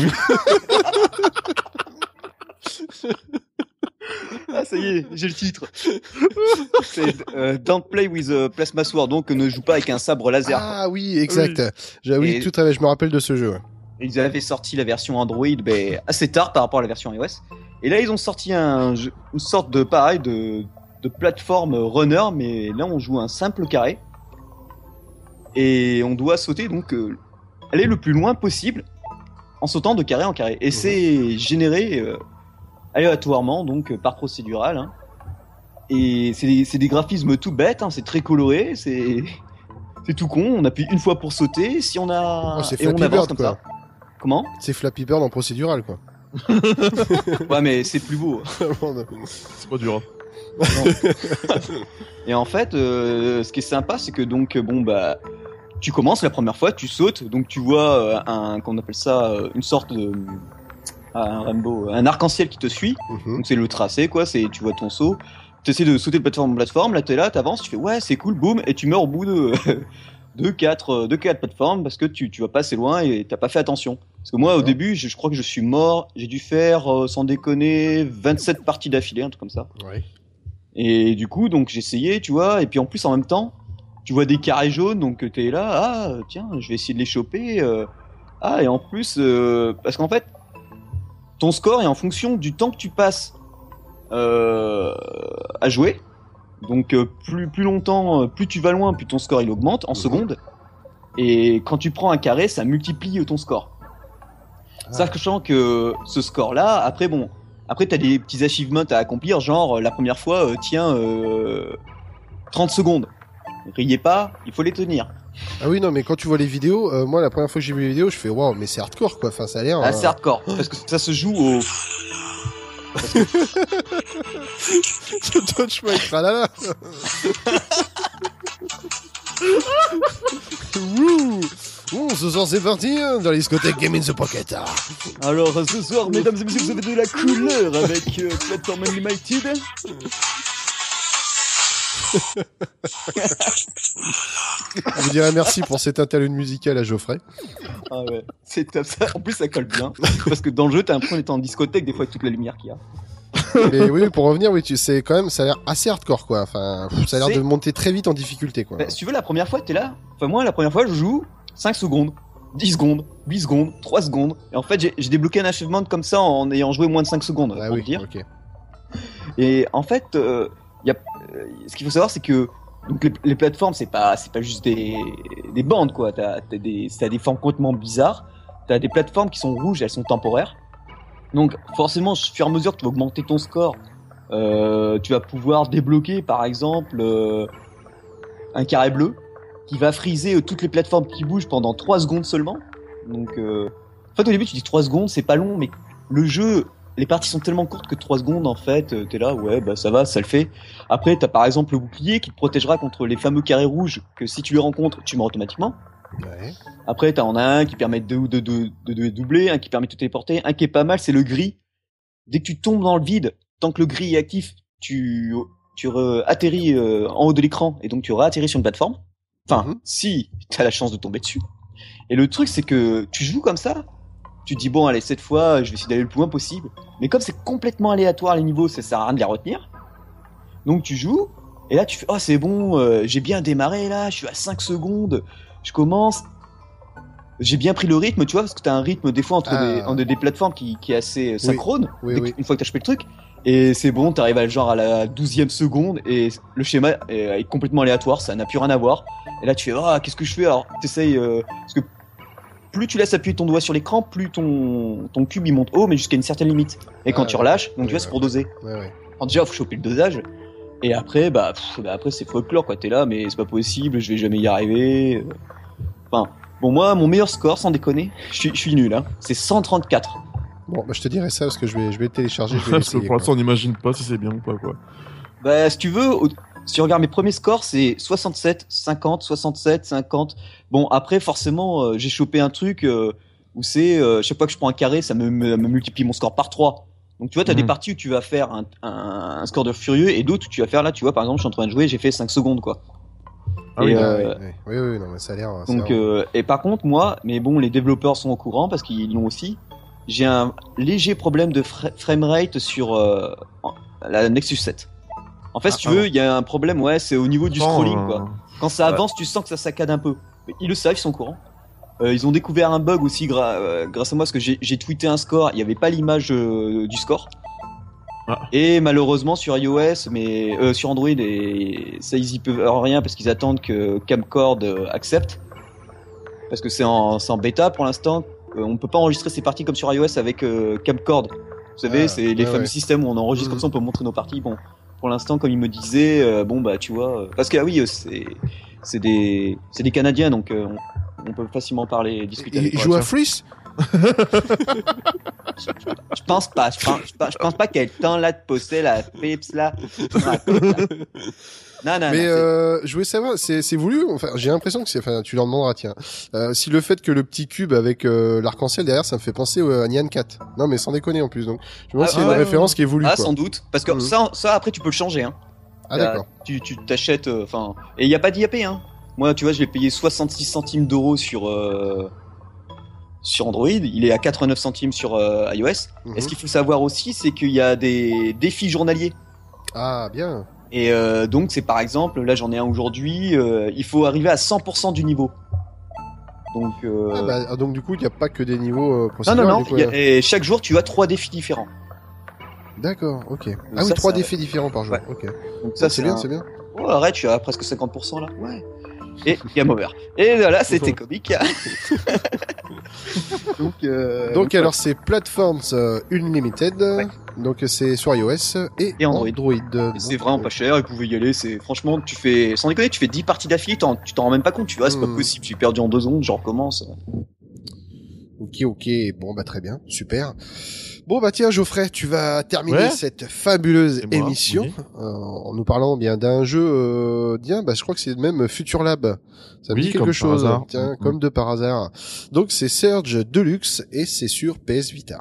Ah, ça y est, j'ai le titre. C'est euh, Don't Play with a Plasma Sword, donc ne joue pas avec un sabre laser.
Ah oui, exact. J'ai- Oui,
Et-
tout à fait, je me rappelle de ce jeu. Ouais.
Ils avaient sorti la version Android ben, assez tard par rapport à la version iOS. Et là, ils ont sorti un jeu- une sorte de pareil de, de plateforme runner, mais là, on joue un simple carré. Et on doit sauter, donc, euh, aller le plus loin possible en sautant de carré en carré. Et c'est généré euh, aléatoirement, donc euh, par procédural. Hein. Et c'est des, c'est des graphismes tout bêtes, hein, c'est très coloré, c'est c'est tout con. On appuie une fois pour sauter, si on a
Oh, c'est
et on
Flappy
avance
Bird,
comme
quoi.
ça. Comment?
C'est Flappy Bird en procédural, quoi.
Ouais, mais c'est plus beau.
C'est pas dur.
Et en fait, euh, ce qui est sympa, c'est que donc bon bah, tu commences la première fois, tu sautes, donc tu vois euh, un, qu'on appelle ça, euh, une sorte de un rainbow, un arc-en-ciel qui te suit.
Mhm.
Donc c'est le tracé, quoi. C'est, tu vois ton saut. Tu essaies de sauter de plateforme en plateforme. Là, t'es là, t'avances, tu fais ouais, c'est cool, boum, et tu meurs au bout de de quatre, de quatre plateformes parce que tu, tu vas pas assez loin et t'as pas fait attention. Parce que moi, au
D'accord.
début, je, je crois que je suis mort. J'ai dû faire, euh, sans déconner, vingt-sept parties d'affilée, un truc comme ça.
Ouais.
Et du coup, donc j'essayais, tu vois. Et puis en plus, en même temps, tu vois des carrés jaunes, donc t'es là, ah tiens, je vais essayer de les choper. euh, ah et en plus, euh, parce qu'en fait, ton score est en fonction du temps que tu passes euh, à jouer. Donc euh, plus plus longtemps, euh, plus tu vas loin, plus ton score il augmente en
Mhm.
secondes. Et quand tu prends un carré, ça multiplie euh, ton score.
Ah.
Sachant que ce score-là, après bon, après t'as des petits achievements à accomplir, genre la première fois, euh, tiens, euh, trente secondes. Riez pas, il faut les tenir.
Ah oui, non, mais quand tu vois les vidéos, euh, moi, la première fois que j'ai vu les vidéos, je fais waouh, mais c'est hardcore, quoi. Enfin, ça a l'air.
Ah,
euh,
c'est hardcore, parce que ça se joue au.
Je touch my tralala. Wouh. Bon, ce soir, c'est parti, hein, dans la discothèque Game in the Pocket. Ah.
Alors ce soir, mesdames et messieurs, vous avez de la couleur avec euh, Platform Unlimited.
Je vous dirais merci pour cette interlude musicale à Geoffrey.
Ah ouais, c'est top ça. En plus, ça colle bien parce que dans le jeu, t'as l'impression d'être en discothèque des fois avec toute la lumière qu'il y a.
Mais oui, pour revenir, oui, tu sais, quand même, ça a l'air assez hardcore, quoi. Enfin, pff, ça a l'air
C'est-
de monter très vite en difficulté, quoi.
Bah, si tu veux, la première fois, t'es là. Enfin, moi, la première fois, je joue cinq secondes, dix secondes, huit secondes, trois secondes. Et en fait, j'ai, j'ai débloqué un achievement comme ça en ayant joué moins de cinq secondes,
Ah
pour
oui,
te dire.
ok.
Et en fait, euh, y a, euh, ce qu'il faut savoir, c'est que donc les, les plateformes, c'est pas, c'est pas juste des, des bandes, quoi. T'as, t'as des, t'as des formes complètement bizarres. T'as des plateformes qui sont rouges, elles sont temporaires. Donc, forcément, au fur et à mesure que tu vas augmenter ton score, euh, tu vas pouvoir débloquer, par exemple, euh, un carré bleu qui va friser euh, toutes les plateformes qui bougent pendant trois secondes seulement. Donc, euh, en fait, au début, tu dis trois secondes, c'est pas long, mais le jeu, les parties sont tellement courtes que trois secondes, en fait, euh, t'es là, ouais, bah ça va, ça le fait. Après, t'as par exemple le bouclier qui te protégera contre les fameux carrés rouges que si tu les rencontres, tu meurs automatiquement.
Ouais.
Après, t'en as un qui permet de, de, de, de, de doubler, un qui permet de te téléporter, un qui est pas mal, c'est le gris. Dès que tu tombes dans le vide, tant que le gris est actif, tu, tu re- atterris euh, en haut de l'écran et donc tu atterris sur une plateforme. Enfin,
Mhm.
si t'as la chance de tomber dessus. Et le truc, c'est que tu joues comme ça, tu te dis bon, allez, cette fois, je vais essayer d'aller le plus loin possible. Mais comme c'est complètement aléatoire les niveaux, ça sert à rien de les retenir. Donc tu joues, et là tu fais, oh c'est bon, euh, j'ai bien démarré là, je suis à cinq secondes, je commence. J'ai bien pris le rythme, tu vois, parce que t'as un rythme des fois entre,
Ah.
des, entre des plateformes qui, qui est assez euh, synchrone,
Oui,
dès que-
oui.
une fois que t'as chopé le truc. Et c'est bon, t'arrives à genre à la douzième seconde, et le schéma est, est complètement aléatoire, ça n'a plus rien à voir. Et là tu fais, ah, qu'est-ce que je fais? Alors t'essayes, euh, parce que plus tu laisses appuyer ton doigt sur l'écran, plus ton, ton cube il monte haut, mais jusqu'à une certaine limite. Et quand
Ah,
tu relâches, donc
oui,
tu vois, c'est
ouais.
pour doser.
Ouais, ouais.
Alors déjà, faut choper le dosage. Et après, bah, pff, bah après c'est folklore, quoi. T'es là, mais c'est pas possible, je vais jamais y arriver. Enfin, bon, moi, mon meilleur score, sans déconner, je suis- je suis nul, hein. C'est cent trente-quatre.
Bon, bah, je te dirai ça parce que je vais, je vais le télécharger, je vais
Parce que
l'essayer.
pour l'instant,
quoi.
on n'imagine pas si c'est bien ou pas, quoi.
Bah, si tu veux, au- si tu regardes mes premiers scores, c'est soixante-sept, cinquante, soixante-sept, cinquante. Bon, après, forcément, euh, j'ai chopé un truc euh, où c'est, euh, chaque fois que je prends un carré, ça me, me, me multiplie mon score par trois. Donc, tu vois, t'as
Mhm.
des parties où tu vas faire un, un, un score de furieux et d'autres où tu vas faire, là, tu vois, par exemple, je suis en train de jouer, j'ai fait cinq secondes, quoi.
Ah
Et,
oui,
Ah,
euh,
oui, oui, oui, oui, non, mais ça a l'air. ça a
Donc,
l'air-
euh, et par contre, moi, mais bon, les développeurs sont au courant parce qu'ils l'ont aussi. J'ai un léger problème de fra- framerate sur euh, en- la Nexus sept. En fait,
Ah,
si tu
ah
veux,
bon.
il y a un problème, ouais, c'est au niveau du
Pourtant,
scrolling,
euh,
quoi. Quand ça
ouais.
avance, tu sens que ça saccade un peu. Mais ils le savent, ils sont au courant. Euh, ils ont découvert un bug aussi gra- euh, grâce à moi parce que j'ai j'ai tweeté un score, il n'y avait pas l'image euh, du score.
Ah.
Et malheureusement sur iOS, mais euh, sur Android, et ça ils y peuvent rien parce qu'ils attendent que Camcord euh, accepte. Parce que c'est en, c'est en bêta pour l'instant. Euh, on peut pas enregistrer ses parties comme sur iOS avec euh, Camcord. Vous savez,
Ah,
c'est les
ouais,
fameux
ouais.
systèmes où on enregistre
Mhm.
comme ça, on peut montrer nos parties. Bon, pour l'instant, comme il me disait, euh, bon bah tu vois, euh, parce que ah oui, euh, c'est c'est des c'est des Canadiens, donc euh, on, on peut facilement parler, et discuter.
Il,
avec
il
eux.
joue à Freeze.
Je pense pas, je pense, je pense, je pense pas qu'elle temps là de poster la pips là. Tu me racontes, là. Non, non,
Mais
non,
euh, je voulais savoir, c'est, c'est voulu. Enfin, j'ai l'impression que c'est. Enfin, tu leur demanderas, tiens. Euh, si le fait que le petit cube avec euh, l'arc-en-ciel derrière, ça me fait penser à Nyan quatre. Non, mais sans déconner en plus. Donc, je me demande
Ah,
s'il y a
ouais,
une référence qui est voulue.
Ah,
quoi.
sans doute. Parce que
Mhm.
ça, ça, après, tu peux le changer, hein.
Ah d'accord.
Tu, tu t'achètes, enfin, et il y a pas d'I A P, hein. Moi, tu vois, je l'ai payé soixante-six centimes d'euros sur euh, sur Android. Il est à quatre-vingt-neuf centimes sur euh, iOS.
Mhm.
Et ce qu'il faut savoir aussi, c'est qu'il y a des défis journaliers.
Ah bien.
Et euh, donc, c'est par exemple, là, j'en ai un aujourd'hui. Euh, il faut arriver à cent pour cent du niveau. Donc, euh...
Ah, bah, ah, donc du coup, il n'y a pas que des niveaux euh,
non,
procéduraux.
non, non.
du coup,
il y a-
euh.
et chaque jour, tu as trois défis différents.
D'accord. Ok.
Donc
Ah oui,
ça,
trois
ça-
défis différents par jour.
Ouais.
Ok.
Donc ça,
c'est bien,
un-
c'est bien.
Oh, arrête, je suis à presque cinquante pour cent là. Ouais. Et game over. Et voilà, c'était comique. donc, euh,
Donc alors c'est Platforms euh, Unlimited.
Ouais.
Donc c'est sur iOS et,
Et Android.
Android.
Et c'est vraiment pas cher, vous pouvez y aller, c'est franchement, tu fais, sans déconner, tu fais dix parties d'affilée, t'en- tu t'en rends même pas compte, tu vois, c'est pas
Mm.
possible, j'ai perdu en deux secondes, je recommence.
Ok, ok. Bon bah très bien, super. Bon bah tiens Geoffrey, tu vas terminer
Ouais.
cette fabuleuse
C'est moi,
émission
oui.
euh, en nous parlant bien d'un jeu. Euh, bien, bah je crois que c'est même Future Lab. Ça me
Oui,
dit quelque
comme par
chose.
hasard.
Tiens,
Mm.
comme de par hasard. Donc c'est Surge Deluxe et c'est sur P S Vita.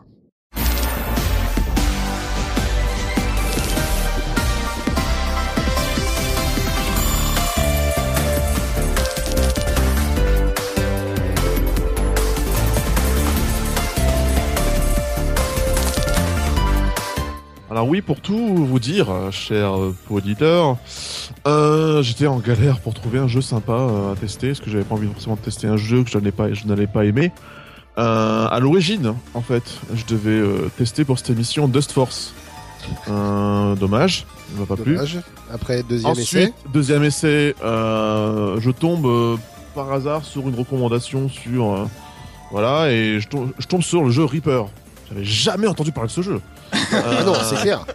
Alors oui, pour tout vous dire, euh, cher euh, auditeur, euh, j'étais en galère pour trouver un jeu sympa euh, à tester, parce que j'avais pas envie forcément de tester un jeu que je n'allais pas, je n'allais pas aimer. Euh, à l'origine, en fait, je devais euh, tester pour cette émission Dust Force. Euh, dommage, il m'a pas plu.
Dommage. Après deuxième
Ensuite,
essai.
deuxième essai, euh, je tombe euh, par hasard sur une recommandation sur... euh, voilà, et je tombe, je tombe sur le jeu Reaper. J'avais jamais entendu parler de ce jeu.
Ah non, c'est clair.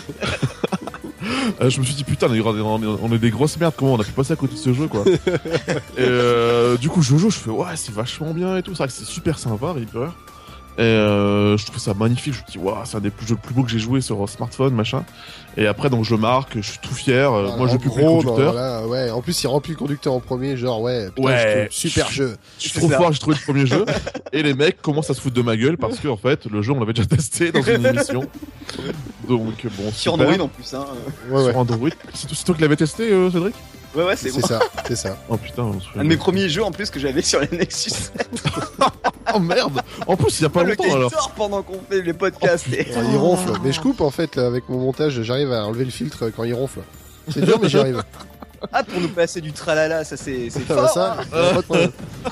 Euh, je me suis dit putain, on est, on est- on est des grosses merdes, comment on a pu passer à côté de ce jeu quoi. Et euh, du coup je joue, je fais ouais c'est vachement bien et tout, c'est vrai que c'est super sympa Reaper. Et euh, je trouve ça magnifique, je me dis waouh c'est un des plus, jeux plus beaux que j'ai joué sur smartphone machin. Et après donc je marque, je suis tout fier, euh,
Voilà,
moi je
en
plus
gros,
le conducteur.
bah, voilà, ouais. En plus, il remplit le conducteur en premier, genre ouais. Putain,
Ouais.
je trouve super jeu.
Je suis
C'est
trop
ça.
fort, j'ai trouvé le premier jeu. Et les mecs commencent à se foutre de ma gueule parce que en fait le jeu on l'avait déjà testé dans une émission. Donc bon
Sur
super.
Android en plus, hein.
Ouais, ouais.
Sur Android. C'est toi- c'est toi qui l'avais testé euh, Cédric?
Ouais, ouais, c'est
C'est
bon.
ça, c'est ça.
Oh putain, on se fait-
Un de mes premiers jeux en plus que j'avais sur les Nexus.
Oh merde. En plus il y a pas
le
longtemps
qui
alors.
sort pendant qu'on fait les podcasts. et-
Ouais, il ronfle. Mais je coupe en fait là, avec mon montage, j'arrive à enlever le filtre quand il ronfle. C'est dur, mais j'y arrive.
Ah, pour nous passer du tralala, ça c'est c'est
Ça va
fort.
ça
hein.
y a pas de problème.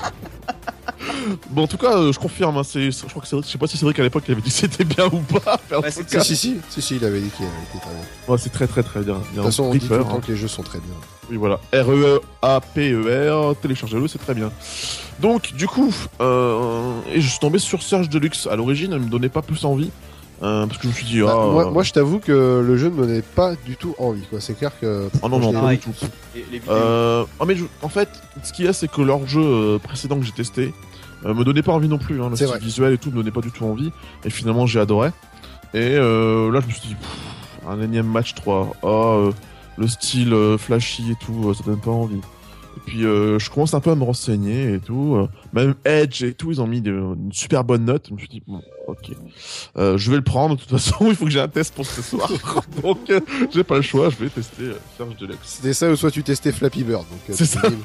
Bon, en tout cas, euh, je confirme. Hein, c'est, je crois que Cédric, je sais pas si Cédric à l'époque il avait dit que c'était bien ou pas. Faire
Ouais,
le
c'est
podcast.
Si, si, si, si, si, il avait dit qu'il était très bien. De
Ouais, c'est très très très bien.
toute façon, on dit tout le
Reaper,
temps
hein.
que les jeux sont très bien.
Oui, voilà. R E A P E R, téléchargez-le, c'est très bien. Donc, du coup, euh, et je suis tombé sur Surge Deluxe. À l'origine, elle me donnait pas plus envie. euh, parce que je me suis dit,
Bah,
ah,
moi, moi, je t'avoue que le jeu ne me donnait pas du tout envie, quoi. C'est clair que.
oh non, non,
je
pas
l'ai-
du tout.
Les, les vidéos.
Euh, oh, mais je- en fait, ce qu'il y a, c'est que leur jeu euh, précédent que j'ai testé euh, me donnait pas envie non plus. Hein, le
C'est
style
vrai.
visuel et tout me donnait pas du tout envie. Et finalement, j'ai adoré. Et euh, là, je me suis dit, pff, un énième match trois. Ah, euh, le style euh, flashy et tout, euh, ça donne pas envie. Et puis, euh, je commence un peu à me renseigner et tout. euh, même Edge et tout, ils ont mis de- une super bonne note. Je me suis dit, bon, ok. Euh, je vais le prendre. De toute façon, il faut que j'ai un test pour ce soir. Donc, euh, j'ai pas le choix. Je vais tester euh, Surge Deluxe.
C'était ça ou soit tu testais Flappy Bird. Donc, euh,
C'est
tu
ça.
te dis,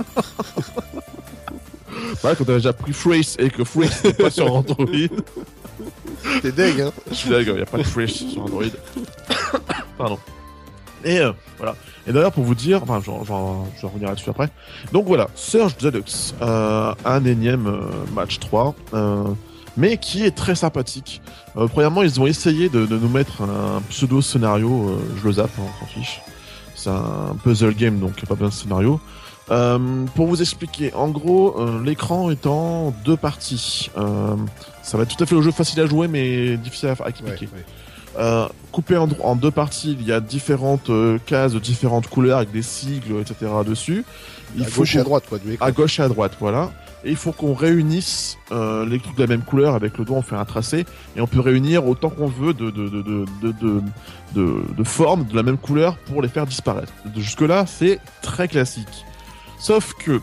Bah, quand t'avais déjà pris Fresh et que Fresh n'est pas sur Android,
T'es deg, hein.
je suis là, il n'y a pas de Fresh sur Android. Pardon. Et euh, voilà. Et d'ailleurs, pour vous dire, enfin, j'en- j'en- je vais revenir là-dessus après. Donc voilà, Surge Deluxe, euh, un énième euh, match trois, euh, mais qui est très sympathique. Euh, premièrement, ils ont essayé de, de nous mettre un pseudo scénario, euh, je le zappe, hein, on s'en fiche. C'est un puzzle game, donc il n'y a pas besoin de scénario. Euh, pour vous expliquer, en gros, euh, l'écran est en deux parties. Euh, ça va être tout à fait le jeu facile à jouer, mais difficile à, à
Ouais,
expliquer.
ouais.
Euh, coupé en, en deux parties, il y a différentes euh, cases de différentes couleurs avec des sigles, et cetera dessus.
Il à faut gauche et à droite, quoi. Du
à gauche et à droite, voilà. Et il faut qu'on réunisse euh, les trucs de la même couleur. Avec le doigt, on fait un tracé et on peut réunir autant qu'on veut de de de de de, de, de, de formes de la même couleur pour les faire disparaître. Jusque là, c'est très classique. Sauf que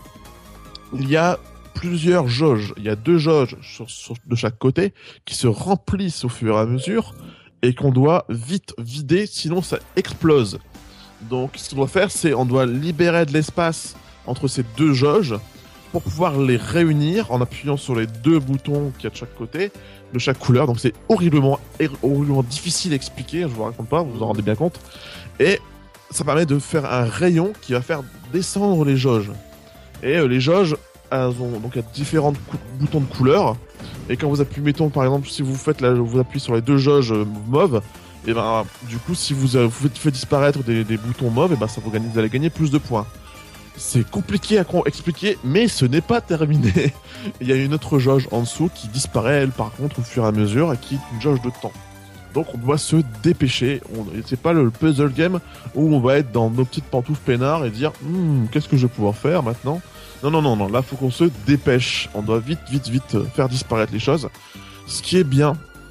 il y a plusieurs jauges. Il y a deux jauges sur, sur, de chaque côté qui se remplissent au fur et à mesure et qu'on doit vite vider, sinon ça explose. Donc, ce qu'on doit faire, c'est on doit libérer de l'espace entre ces deux jauges pour pouvoir les réunir en appuyant sur les deux boutons qu'il y a de chaque côté, de chaque couleur. Donc c'est horriblement, horriblement difficile à expliquer, je vous raconte pas, vous vous en rendez bien compte. Et ça permet de faire un rayon qui va faire descendre les jauges. Et euh, les jauges, elles ont donc il y a différents cou- boutons de couleurs. Et quand vous appuyez, mettons par exemple, si vous faites là, vous appuyez sur les deux jauges euh, mauves, et ben du coup si vous, euh, vous faites, faites disparaître des, des boutons mauves, et ben ça vous, gagne, vous allez gagner plus de points. C'est compliqué à expliquer, mais ce n'est pas terminé. Il y a une autre jauge en dessous qui disparaît, elle, par contre, au fur et à mesure, et qui est une jauge de temps. Donc on doit se dépêcher. On... C'est pas le puzzle game où on va être dans nos petites pantoufles peinards et dire hm, qu'est-ce que je vais pouvoir faire maintenant. Non, non, non, non. Là, faut qu'on se dépêche. On doit vite, vite, vite faire disparaître les choses. Ce qui est bien,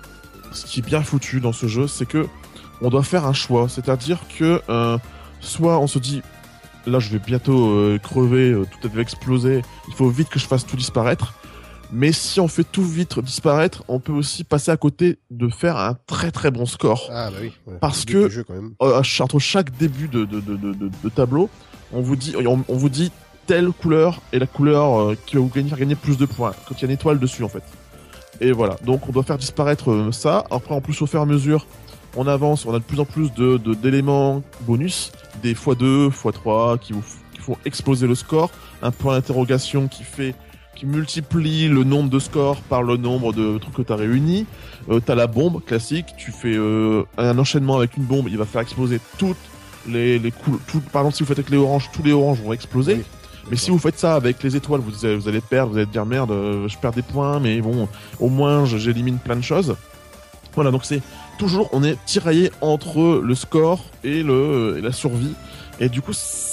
ce qui est bien foutu dans ce jeu, c'est que on doit faire un choix. C'est-à-dire que euh, soit on se dit là je vais bientôt euh, crever, euh, tout va exploser, il faut vite que je fasse tout disparaître. Mais si on fait tout vite disparaître, on peut aussi passer à côté de faire un très très bon score.
Ah bah oui. Ouais.
Parce que
jeu, quand même.
Euh, entre chaque début de, de, de, de, de tableau, on vous dit, on, on vous dit telle couleur est la couleur euh, qui va vous gagner, faire gagner plus de points quand il y a une étoile dessus en fait. Et voilà, donc on doit faire disparaître euh, ça. Après en plus au fur et à mesure, on avance, on a de plus en plus de, de d'éléments bonus, des fois deux, fois trois qui vous qui font exploser le score, un point d'interrogation qui fait qui multiplie le nombre de scores par le nombre de trucs que t'as réunis. Euh, t'as la bombe classique, tu fais euh, un enchaînement avec une bombe, il va faire exploser toutes les les coups. Tout, par exemple, si vous faites avec les oranges, tous les oranges vont exploser. Oui. Mais si vous faites ça avec les étoiles, vous, vous allez perdre, vous allez dire merde, euh, je perds des points, mais bon, au moins j'élimine plein de choses. Voilà, donc c'est toujours, on est tiraillé entre le score et, le, et la survie. Et du coup,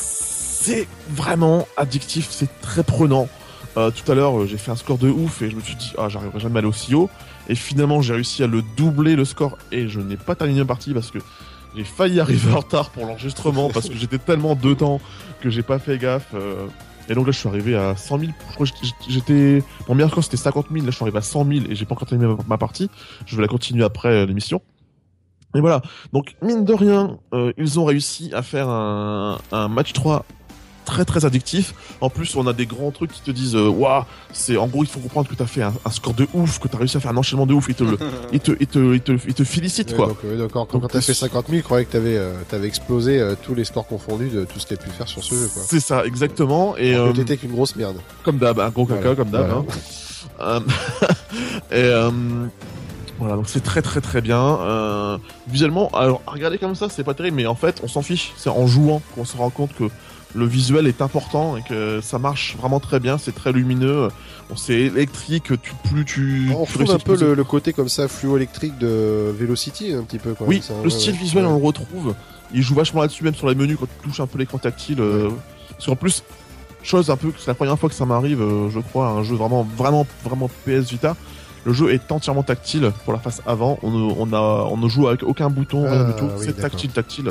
c'est vraiment addictif, c'est très prenant. Euh, tout à l'heure, j'ai fait un score de ouf et je me suis dit, ah, j'arriverai jamais à aller aussi haut. Et finalement, j'ai réussi à le doubler le score et je n'ai pas terminé la partie parce que j'ai failli arriver en retard pour l'enregistrement parce que j'étais tellement dedans que j'ai pas fait gaffe. Euh... Et donc là, je suis arrivé à cent mille. Je crois que j'étais, mon meilleur score c'était cinquante mille. Là, je suis arrivé à cent mille et j'ai pas encore terminé ma, ma partie. Je vais la continuer après euh, l'émission. Et voilà. Donc, mine de rien, euh, ils ont réussi à faire un, un match trois très très addictif. En plus, on a des grands trucs qui te disent waouh, wow, c'est en gros il faut comprendre que t'as fait un, un score de ouf, que t'as réussi à faire un enchaînement de ouf, et te le, il te il te il te il te félicite
ouais,
quoi.
Donc, euh, d'accord. Quand, quand t'as fait cinquante mille, je croyais que t'avais euh, t'avais explosé euh, tous les scores confondus de tout ce que t'as pu faire sur ce jeu quoi.
C'est ça exactement. Et
euh,
euh,
t'étais qu'une grosse merde.
Comme d'hab, un gros caca voilà. Comme d'hab. Voilà. Hein. et euh, voilà, donc c'est très très très bien. Euh, visuellement, alors regarder comme ça, c'est pas terrible, mais en fait, on s'en fiche. C'est en jouant qu'on se rend compte que le visuel est important et que ça marche vraiment très bien, c'est très lumineux, bon, c'est électrique, tu, plus tu...
On
tu
retrouve un peu le, le côté comme ça fluo électrique de Velocity un petit peu quoi.
Oui,
ça,
le
ouais,
style
ouais,
visuel
ouais.
on le retrouve, il joue vachement là-dessus même sur les menus quand tu touches un peu l'écran tactile, ouais. euh, parce qu'en plus, chose un peu, c'est la première fois que ça m'arrive, euh, je crois, un jeu vraiment, vraiment, vraiment P S Vita. Le jeu est entièrement tactile pour la face avant. On ne, on a, on ne joue avec aucun bouton, rien ah, du tout. Oui, c'est tactile, tactile.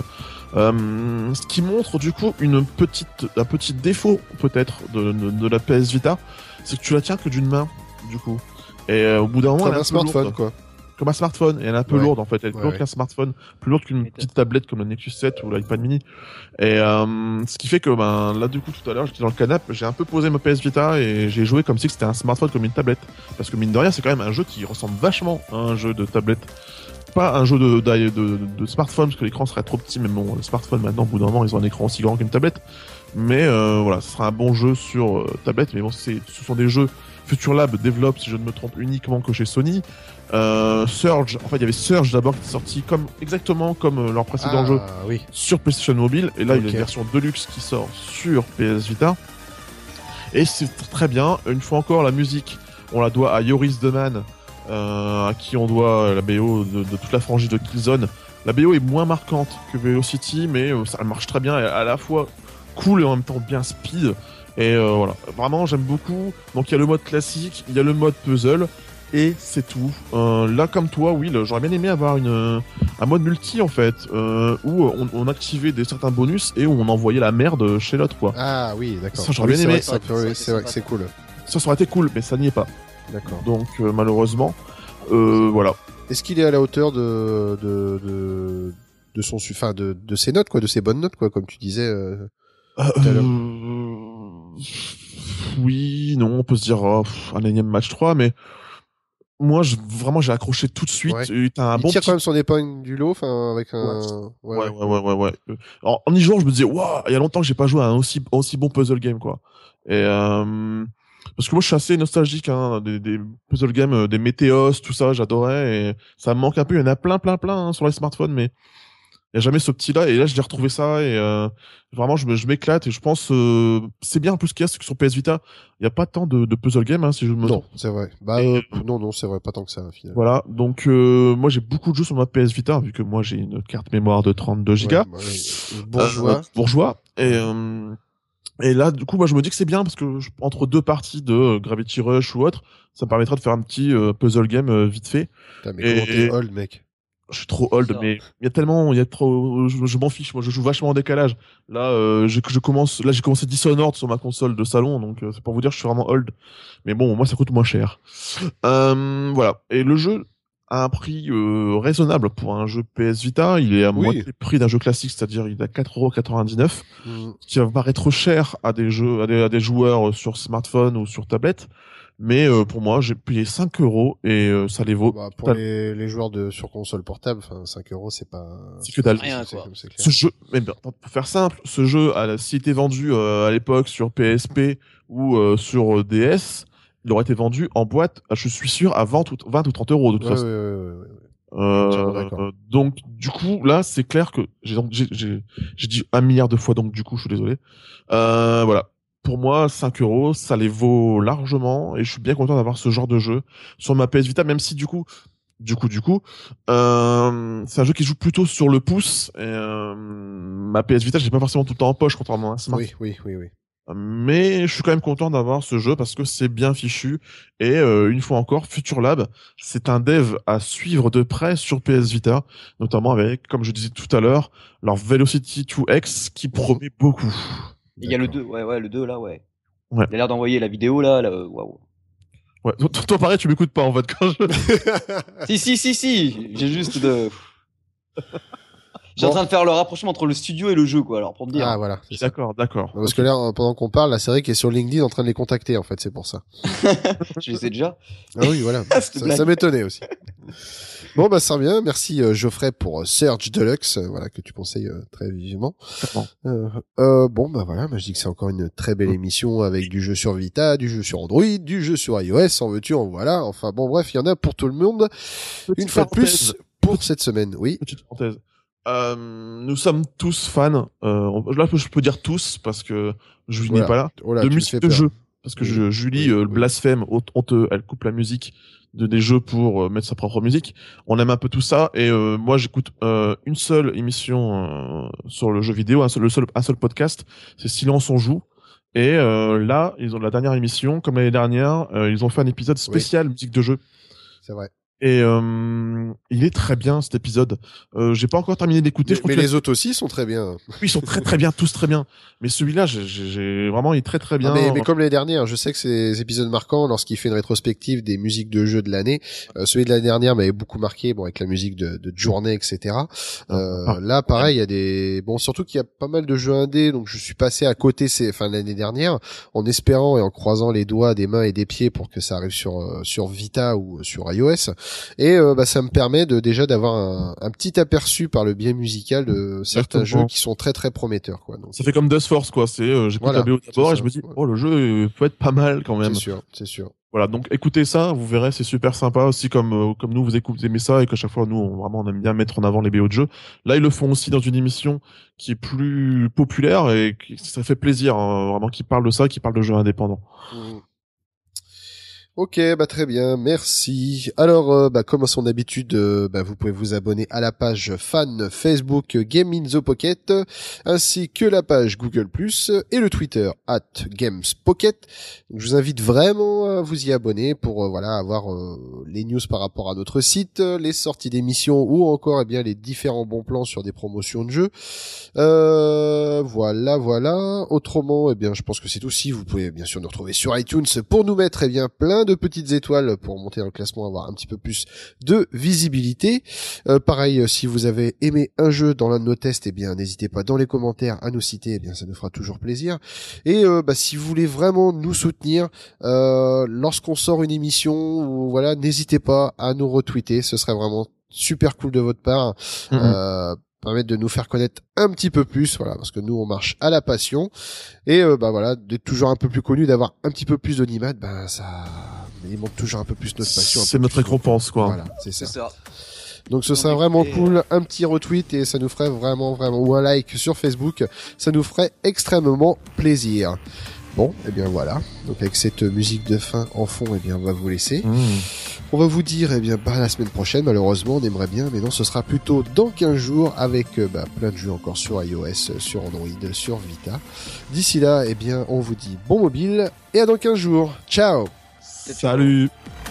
Euh, ce qui montre du coup une petite, un petit défaut peut-être de, de, de la P S Vita, c'est que tu la tiens que d'une main, du coup. Et euh, au bout d'un moment,
comme
elle est
un, un smartphone,
lourde.
quoi.
Comme un smartphone, et elle est un peu
ouais.
lourde en fait. Elle est
ouais,
plus lourde
ouais.
qu'un smartphone, plus lourde qu'une petite tablette comme le Nexus sept ou l'iPad mini. Et euh, ce qui fait que ben là du coup tout à l'heure j'étais dans le canapé, j'ai un peu posé ma P S Vita et j'ai joué comme si c'était un smartphone, comme une tablette. Parce que mine de rien, c'est quand même un jeu qui ressemble vachement à un jeu de tablette. Pas un jeu de, de, de, de smartphone parce que l'écran serait trop petit, mais bon, le smartphone maintenant au bout d'un moment ils ont un écran aussi grand qu'une tablette. Mais euh, voilà, ce sera un bon jeu sur euh, tablette. Mais bon, c'est, ce sont des jeux Future Lab développe, si je ne me trompe, uniquement que chez Sony. Euh, Surge, en fait, il y avait Surge d'abord qui est sorti comme exactement comme euh, leur précédent
ah,
jeu
oui.
sur PlayStation Mobile. Et là, okay. il y a une version Deluxe qui sort sur P S Vita. Et c'est très bien. Une fois encore, la musique, on la doit à Joris Deman, euh, à qui on doit la B O de, de toute la franchise de Killzone. La B O est moins marquante que Velocity, mais euh, ça elle marche très bien, elle est à la fois cool et en même temps bien speed. Et euh, voilà, vraiment j'aime beaucoup. Donc il y a le mode classique, il y a le mode puzzle, et c'est tout. Euh, là comme toi, oui, j'aurais bien aimé avoir une, un mode multi en fait, euh, où on, on activait des certains bonus et où on envoyait la merde chez l'autre quoi.
Ah oui, d'accord.
Ça j'aurais
oui,
bien aimé.
C'est vrai, que c'est, vrai que c'est cool.
Ça, ça aurait été cool, mais ça n'y est pas.
D'accord.
Donc euh, malheureusement, euh, voilà.
Est-ce qu'il est à la hauteur de de de, de son, enfin de de ses notes quoi, de ses bonnes notes quoi, comme tu disais. Euh...
Euh... Oui, non, on peut se dire oh, pff, un énième match trois, mais moi, je, vraiment, j'ai accroché tout de suite.
Ouais.
T'as un
il
bon
tire
petit...
quand même son épingle du lot, enfin avec un.
Ouais, ouais, ouais, ouais, ouais. ouais. En, en y jouant, je me disais, waouh, il y a longtemps que j'ai pas joué à un aussi aussi bon puzzle game, quoi. Et euh... parce que moi, je suis assez nostalgique hein, des, des puzzle games, des Météos, tout ça, j'adorais. Et ça me manque un peu. Il y en a plein, plein, plein hein, sur les smartphones, mais il y a jamais ce petit là et là je l'ai retrouvé ça et euh, vraiment je, me, je m'éclate et je pense euh, c'est bien en plus qu'il y a sur P S Vita il y a pas tant de, de puzzle game hein, si je me
non c'est vrai bah
et,
euh, non non c'est vrai pas tant que ça finalement.
Voilà donc euh, moi j'ai beaucoup de jeux sur ma P S Vita vu que moi j'ai une carte mémoire de trente-deux gigas
ouais, ouais, bourgeois
euh, bourgeois et euh, et là du coup moi je me dis que c'est bien parce que je, entre deux parties de Gravity Rush ou autre ça me permettra de faire un petit euh, puzzle game euh, vite fait.
Putain, mais
et,
comment t'es old mec.
Je suis trop old, mais il y a tellement, il y a trop, je, je m'en fiche. Moi, je joue vachement en décalage. Là, euh, je, je commence, là, j'ai commencé Dishonored sur ma console de salon, donc euh, c'est pour vous dire, je suis vraiment old. Mais bon, moi, ça coûte moins cher. Euh, voilà. Et le jeu a un prix euh, raisonnable pour un jeu P S Vita. Il est à
oui.
moitié prix d'un jeu classique, c'est-à-dire il est à quatre euros quatre-vingt-dix-neuf,
mmh.
ce qui va paraître cher à des jeux, à des, à des joueurs sur smartphone ou sur tablette. Mais euh, pour moi, j'ai payé cinq euros et euh, ça les vaut.
Bah, pour les, les joueurs de sur console portable, enfin cinq euros, c'est pas.
C'est que dalle.
Rien, quoi.
C'est, c'est ce jeu, mais ben, pour faire simple, ce jeu, a, s'il était vendu euh, à l'époque sur P S P ou euh, sur euh, D S, il aurait été vendu en boîte. Je suis sûr à vingt ou vingt ou trente euros de toute
ouais,
façon.
Ouais, ouais, ouais, ouais.
Euh, euh, donc du coup là c'est clair que j'ai donc j'ai, j'ai, j'ai dit un milliard de fois donc du coup je suis désolé. Euh, voilà. Pour moi, cinq euros, ça les vaut largement et je suis bien content d'avoir ce genre de jeu sur ma P S Vita, même si du coup, du coup, du coup, euh, c'est un jeu qui joue plutôt sur le pouce. Et, euh, ma P S Vita, j'ai pas forcément tout le temps en poche, contrairement à un smartphone.
Oui, oui, oui, oui.
Mais je suis quand même content d'avoir ce jeu parce que c'est bien fichu et euh, une fois encore, Future Lab, c'est un dev à suivre de près sur P S Vita, notamment avec, comme je disais tout à l'heure, leur Velocity deux X qui promet beaucoup.
Il y a le deux, ouais, ouais, le deux là, ouais.
Ouais.
Il a l'air d'envoyer la vidéo là, là, waouh.
Ouais, toi, toi pareil, tu m'écoutes pas en fait quand je.
si, si, si, si, j'ai juste de. J'ai bon. en train de faire le rapprochement entre le studio et le jeu, quoi, alors pour te dire.
Ah, voilà.
C'est d'accord, d'accord.
Non, parce okay. que là, pendant qu'on parle, la série qui est sur LinkedIn en train de les contacter, en fait, c'est pour ça.
Je les sais déjà.
Ah oui, voilà. ça, ça m'étonnait aussi. Bon, bah, ça revient. Merci, euh, Geoffrey, pour euh, Surge Deluxe, euh, voilà, que tu conseilles euh, très vivement. Euh, euh, bon, bah, voilà. Bah, je dis que c'est encore une très belle émission avec du jeu sur Vita, du jeu sur Android, du jeu sur iOS, en veux-tu, en voilà. Enfin, bon, bref, il y en a pour tout le monde. Petite une fois de plus, pour Petite... cette semaine. Oui.
Petite parenthèse. Euh, nous sommes tous fans, euh, là je peux dire tous parce que Julie voilà. n'est pas là, oh là, de musique de jeu. Parce que oui, je, Julie oui, euh, oui. blasphème, honteux, elle coupe la musique de des jeux pour euh, mettre sa propre musique. On aime un peu tout ça et euh, moi j'écoute euh, une seule émission euh, sur le jeu vidéo, un seul, le seul, un seul podcast, c'est Silence on joue. Et euh, là, ils ont la dernière émission, comme l'année dernière, euh, ils ont fait un épisode spécial oui. musique de jeu.
C'est vrai.
Et euh, il est très bien cet épisode. Euh, j'ai pas encore terminé d'écouter.
Mais, je mais les autres aussi sont très bien.
Oui, ils sont très très bien, tous très bien. Mais celui-là, j'ai, j'ai vraiment il est très très bien.
Ah mais, mais comme l'année dernière, je sais que ces épisodes marquants lorsqu'il fait une rétrospective des musiques de jeux de l'année. Euh, celui de l'année dernière m'avait beaucoup marqué, bon avec la musique de, de Journée, et cetera. Euh, ah, là, pareil, il y a des bon surtout qu'il y a pas mal de jeux indés, donc je suis passé à côté ces enfin l'année dernière en espérant et en croisant les doigts des mains et des pieds pour que ça arrive sur euh, sur Vita ou sur iOS. Et euh, bah, ça me permet de déjà d'avoir un, un petit aperçu par le biais musical de certains Exactement. jeux qui sont très très prometteurs quoi. Donc,
ça fait comme Dust Force quoi. C'est euh, j'écoute voilà, la B O d'abord et je me dis ouais. oh le jeu peut être pas mal quand même.
C'est sûr, c'est sûr.
Voilà donc écoutez ça, vous verrez c'est super sympa aussi comme euh, comme nous vous écoutez aimez ça et qu'à chaque fois nous on, vraiment on aime bien mettre en avant les B O de jeux. Là ils le font aussi dans une émission qui est plus populaire et qui, ça fait plaisir hein, vraiment qu'ils parlent de ça, qu'ils parlent de jeux indépendants.
Mmh. Ok, bah très bien, merci. Alors, euh, bah, comme à son habitude, euh, bah, vous pouvez vous abonner à la page fan Facebook Game in the Pocket, ainsi que la page Google plus, et le Twitter at GamesPocket. Donc, je vous invite vraiment à vous y abonner pour euh, voilà avoir euh, les news par rapport à notre site, les sorties d'émissions ou encore eh bien les différents bons plans sur des promotions de jeux. Euh, voilà, voilà. Autrement, eh bien, je pense que c'est tout. Si vous pouvez bien sûr nous retrouver sur iTunes pour nous mettre eh bien plein de petites étoiles pour monter dans le classement, avoir un petit peu plus de visibilité. Euh, pareil, si vous avez aimé un jeu dans l'un de nos tests, eh bien, n'hésitez pas dans les commentaires à nous citer. Eh bien, ça nous fera toujours plaisir. Et euh, bah, si vous voulez vraiment nous soutenir euh, lorsqu'on sort une émission, ou voilà, n'hésitez pas à nous retweeter. Ce serait vraiment super cool de votre part.
Mmh.
Euh, permettre de nous faire connaître un petit peu plus, voilà, parce que nous on marche à la passion et euh, bah voilà, d'être toujours un peu plus connu, d'avoir un petit peu plus d'audimat, ben ça alimente toujours un peu plus notre passion.
C'est notre récompense, quoi.
Voilà, c'est ça.
C'est ça.
Donc ce serait vraiment cool, un petit retweet et ça nous ferait vraiment vraiment ou un like sur Facebook, ça nous ferait extrêmement plaisir. Bon, et eh bien voilà. Donc avec cette musique de fin en fond, eh bien on va vous laisser.
Mmh.
On va vous dire, eh bien, bah, la semaine prochaine, malheureusement, on aimerait bien, mais non, ce sera plutôt dans quinze jours avec euh, bah, plein de jeux encore sur iOS, sur Android, sur Vita. D'ici là, eh bien, on vous dit bon mobile et à dans quinze jours. Ciao!
Salut!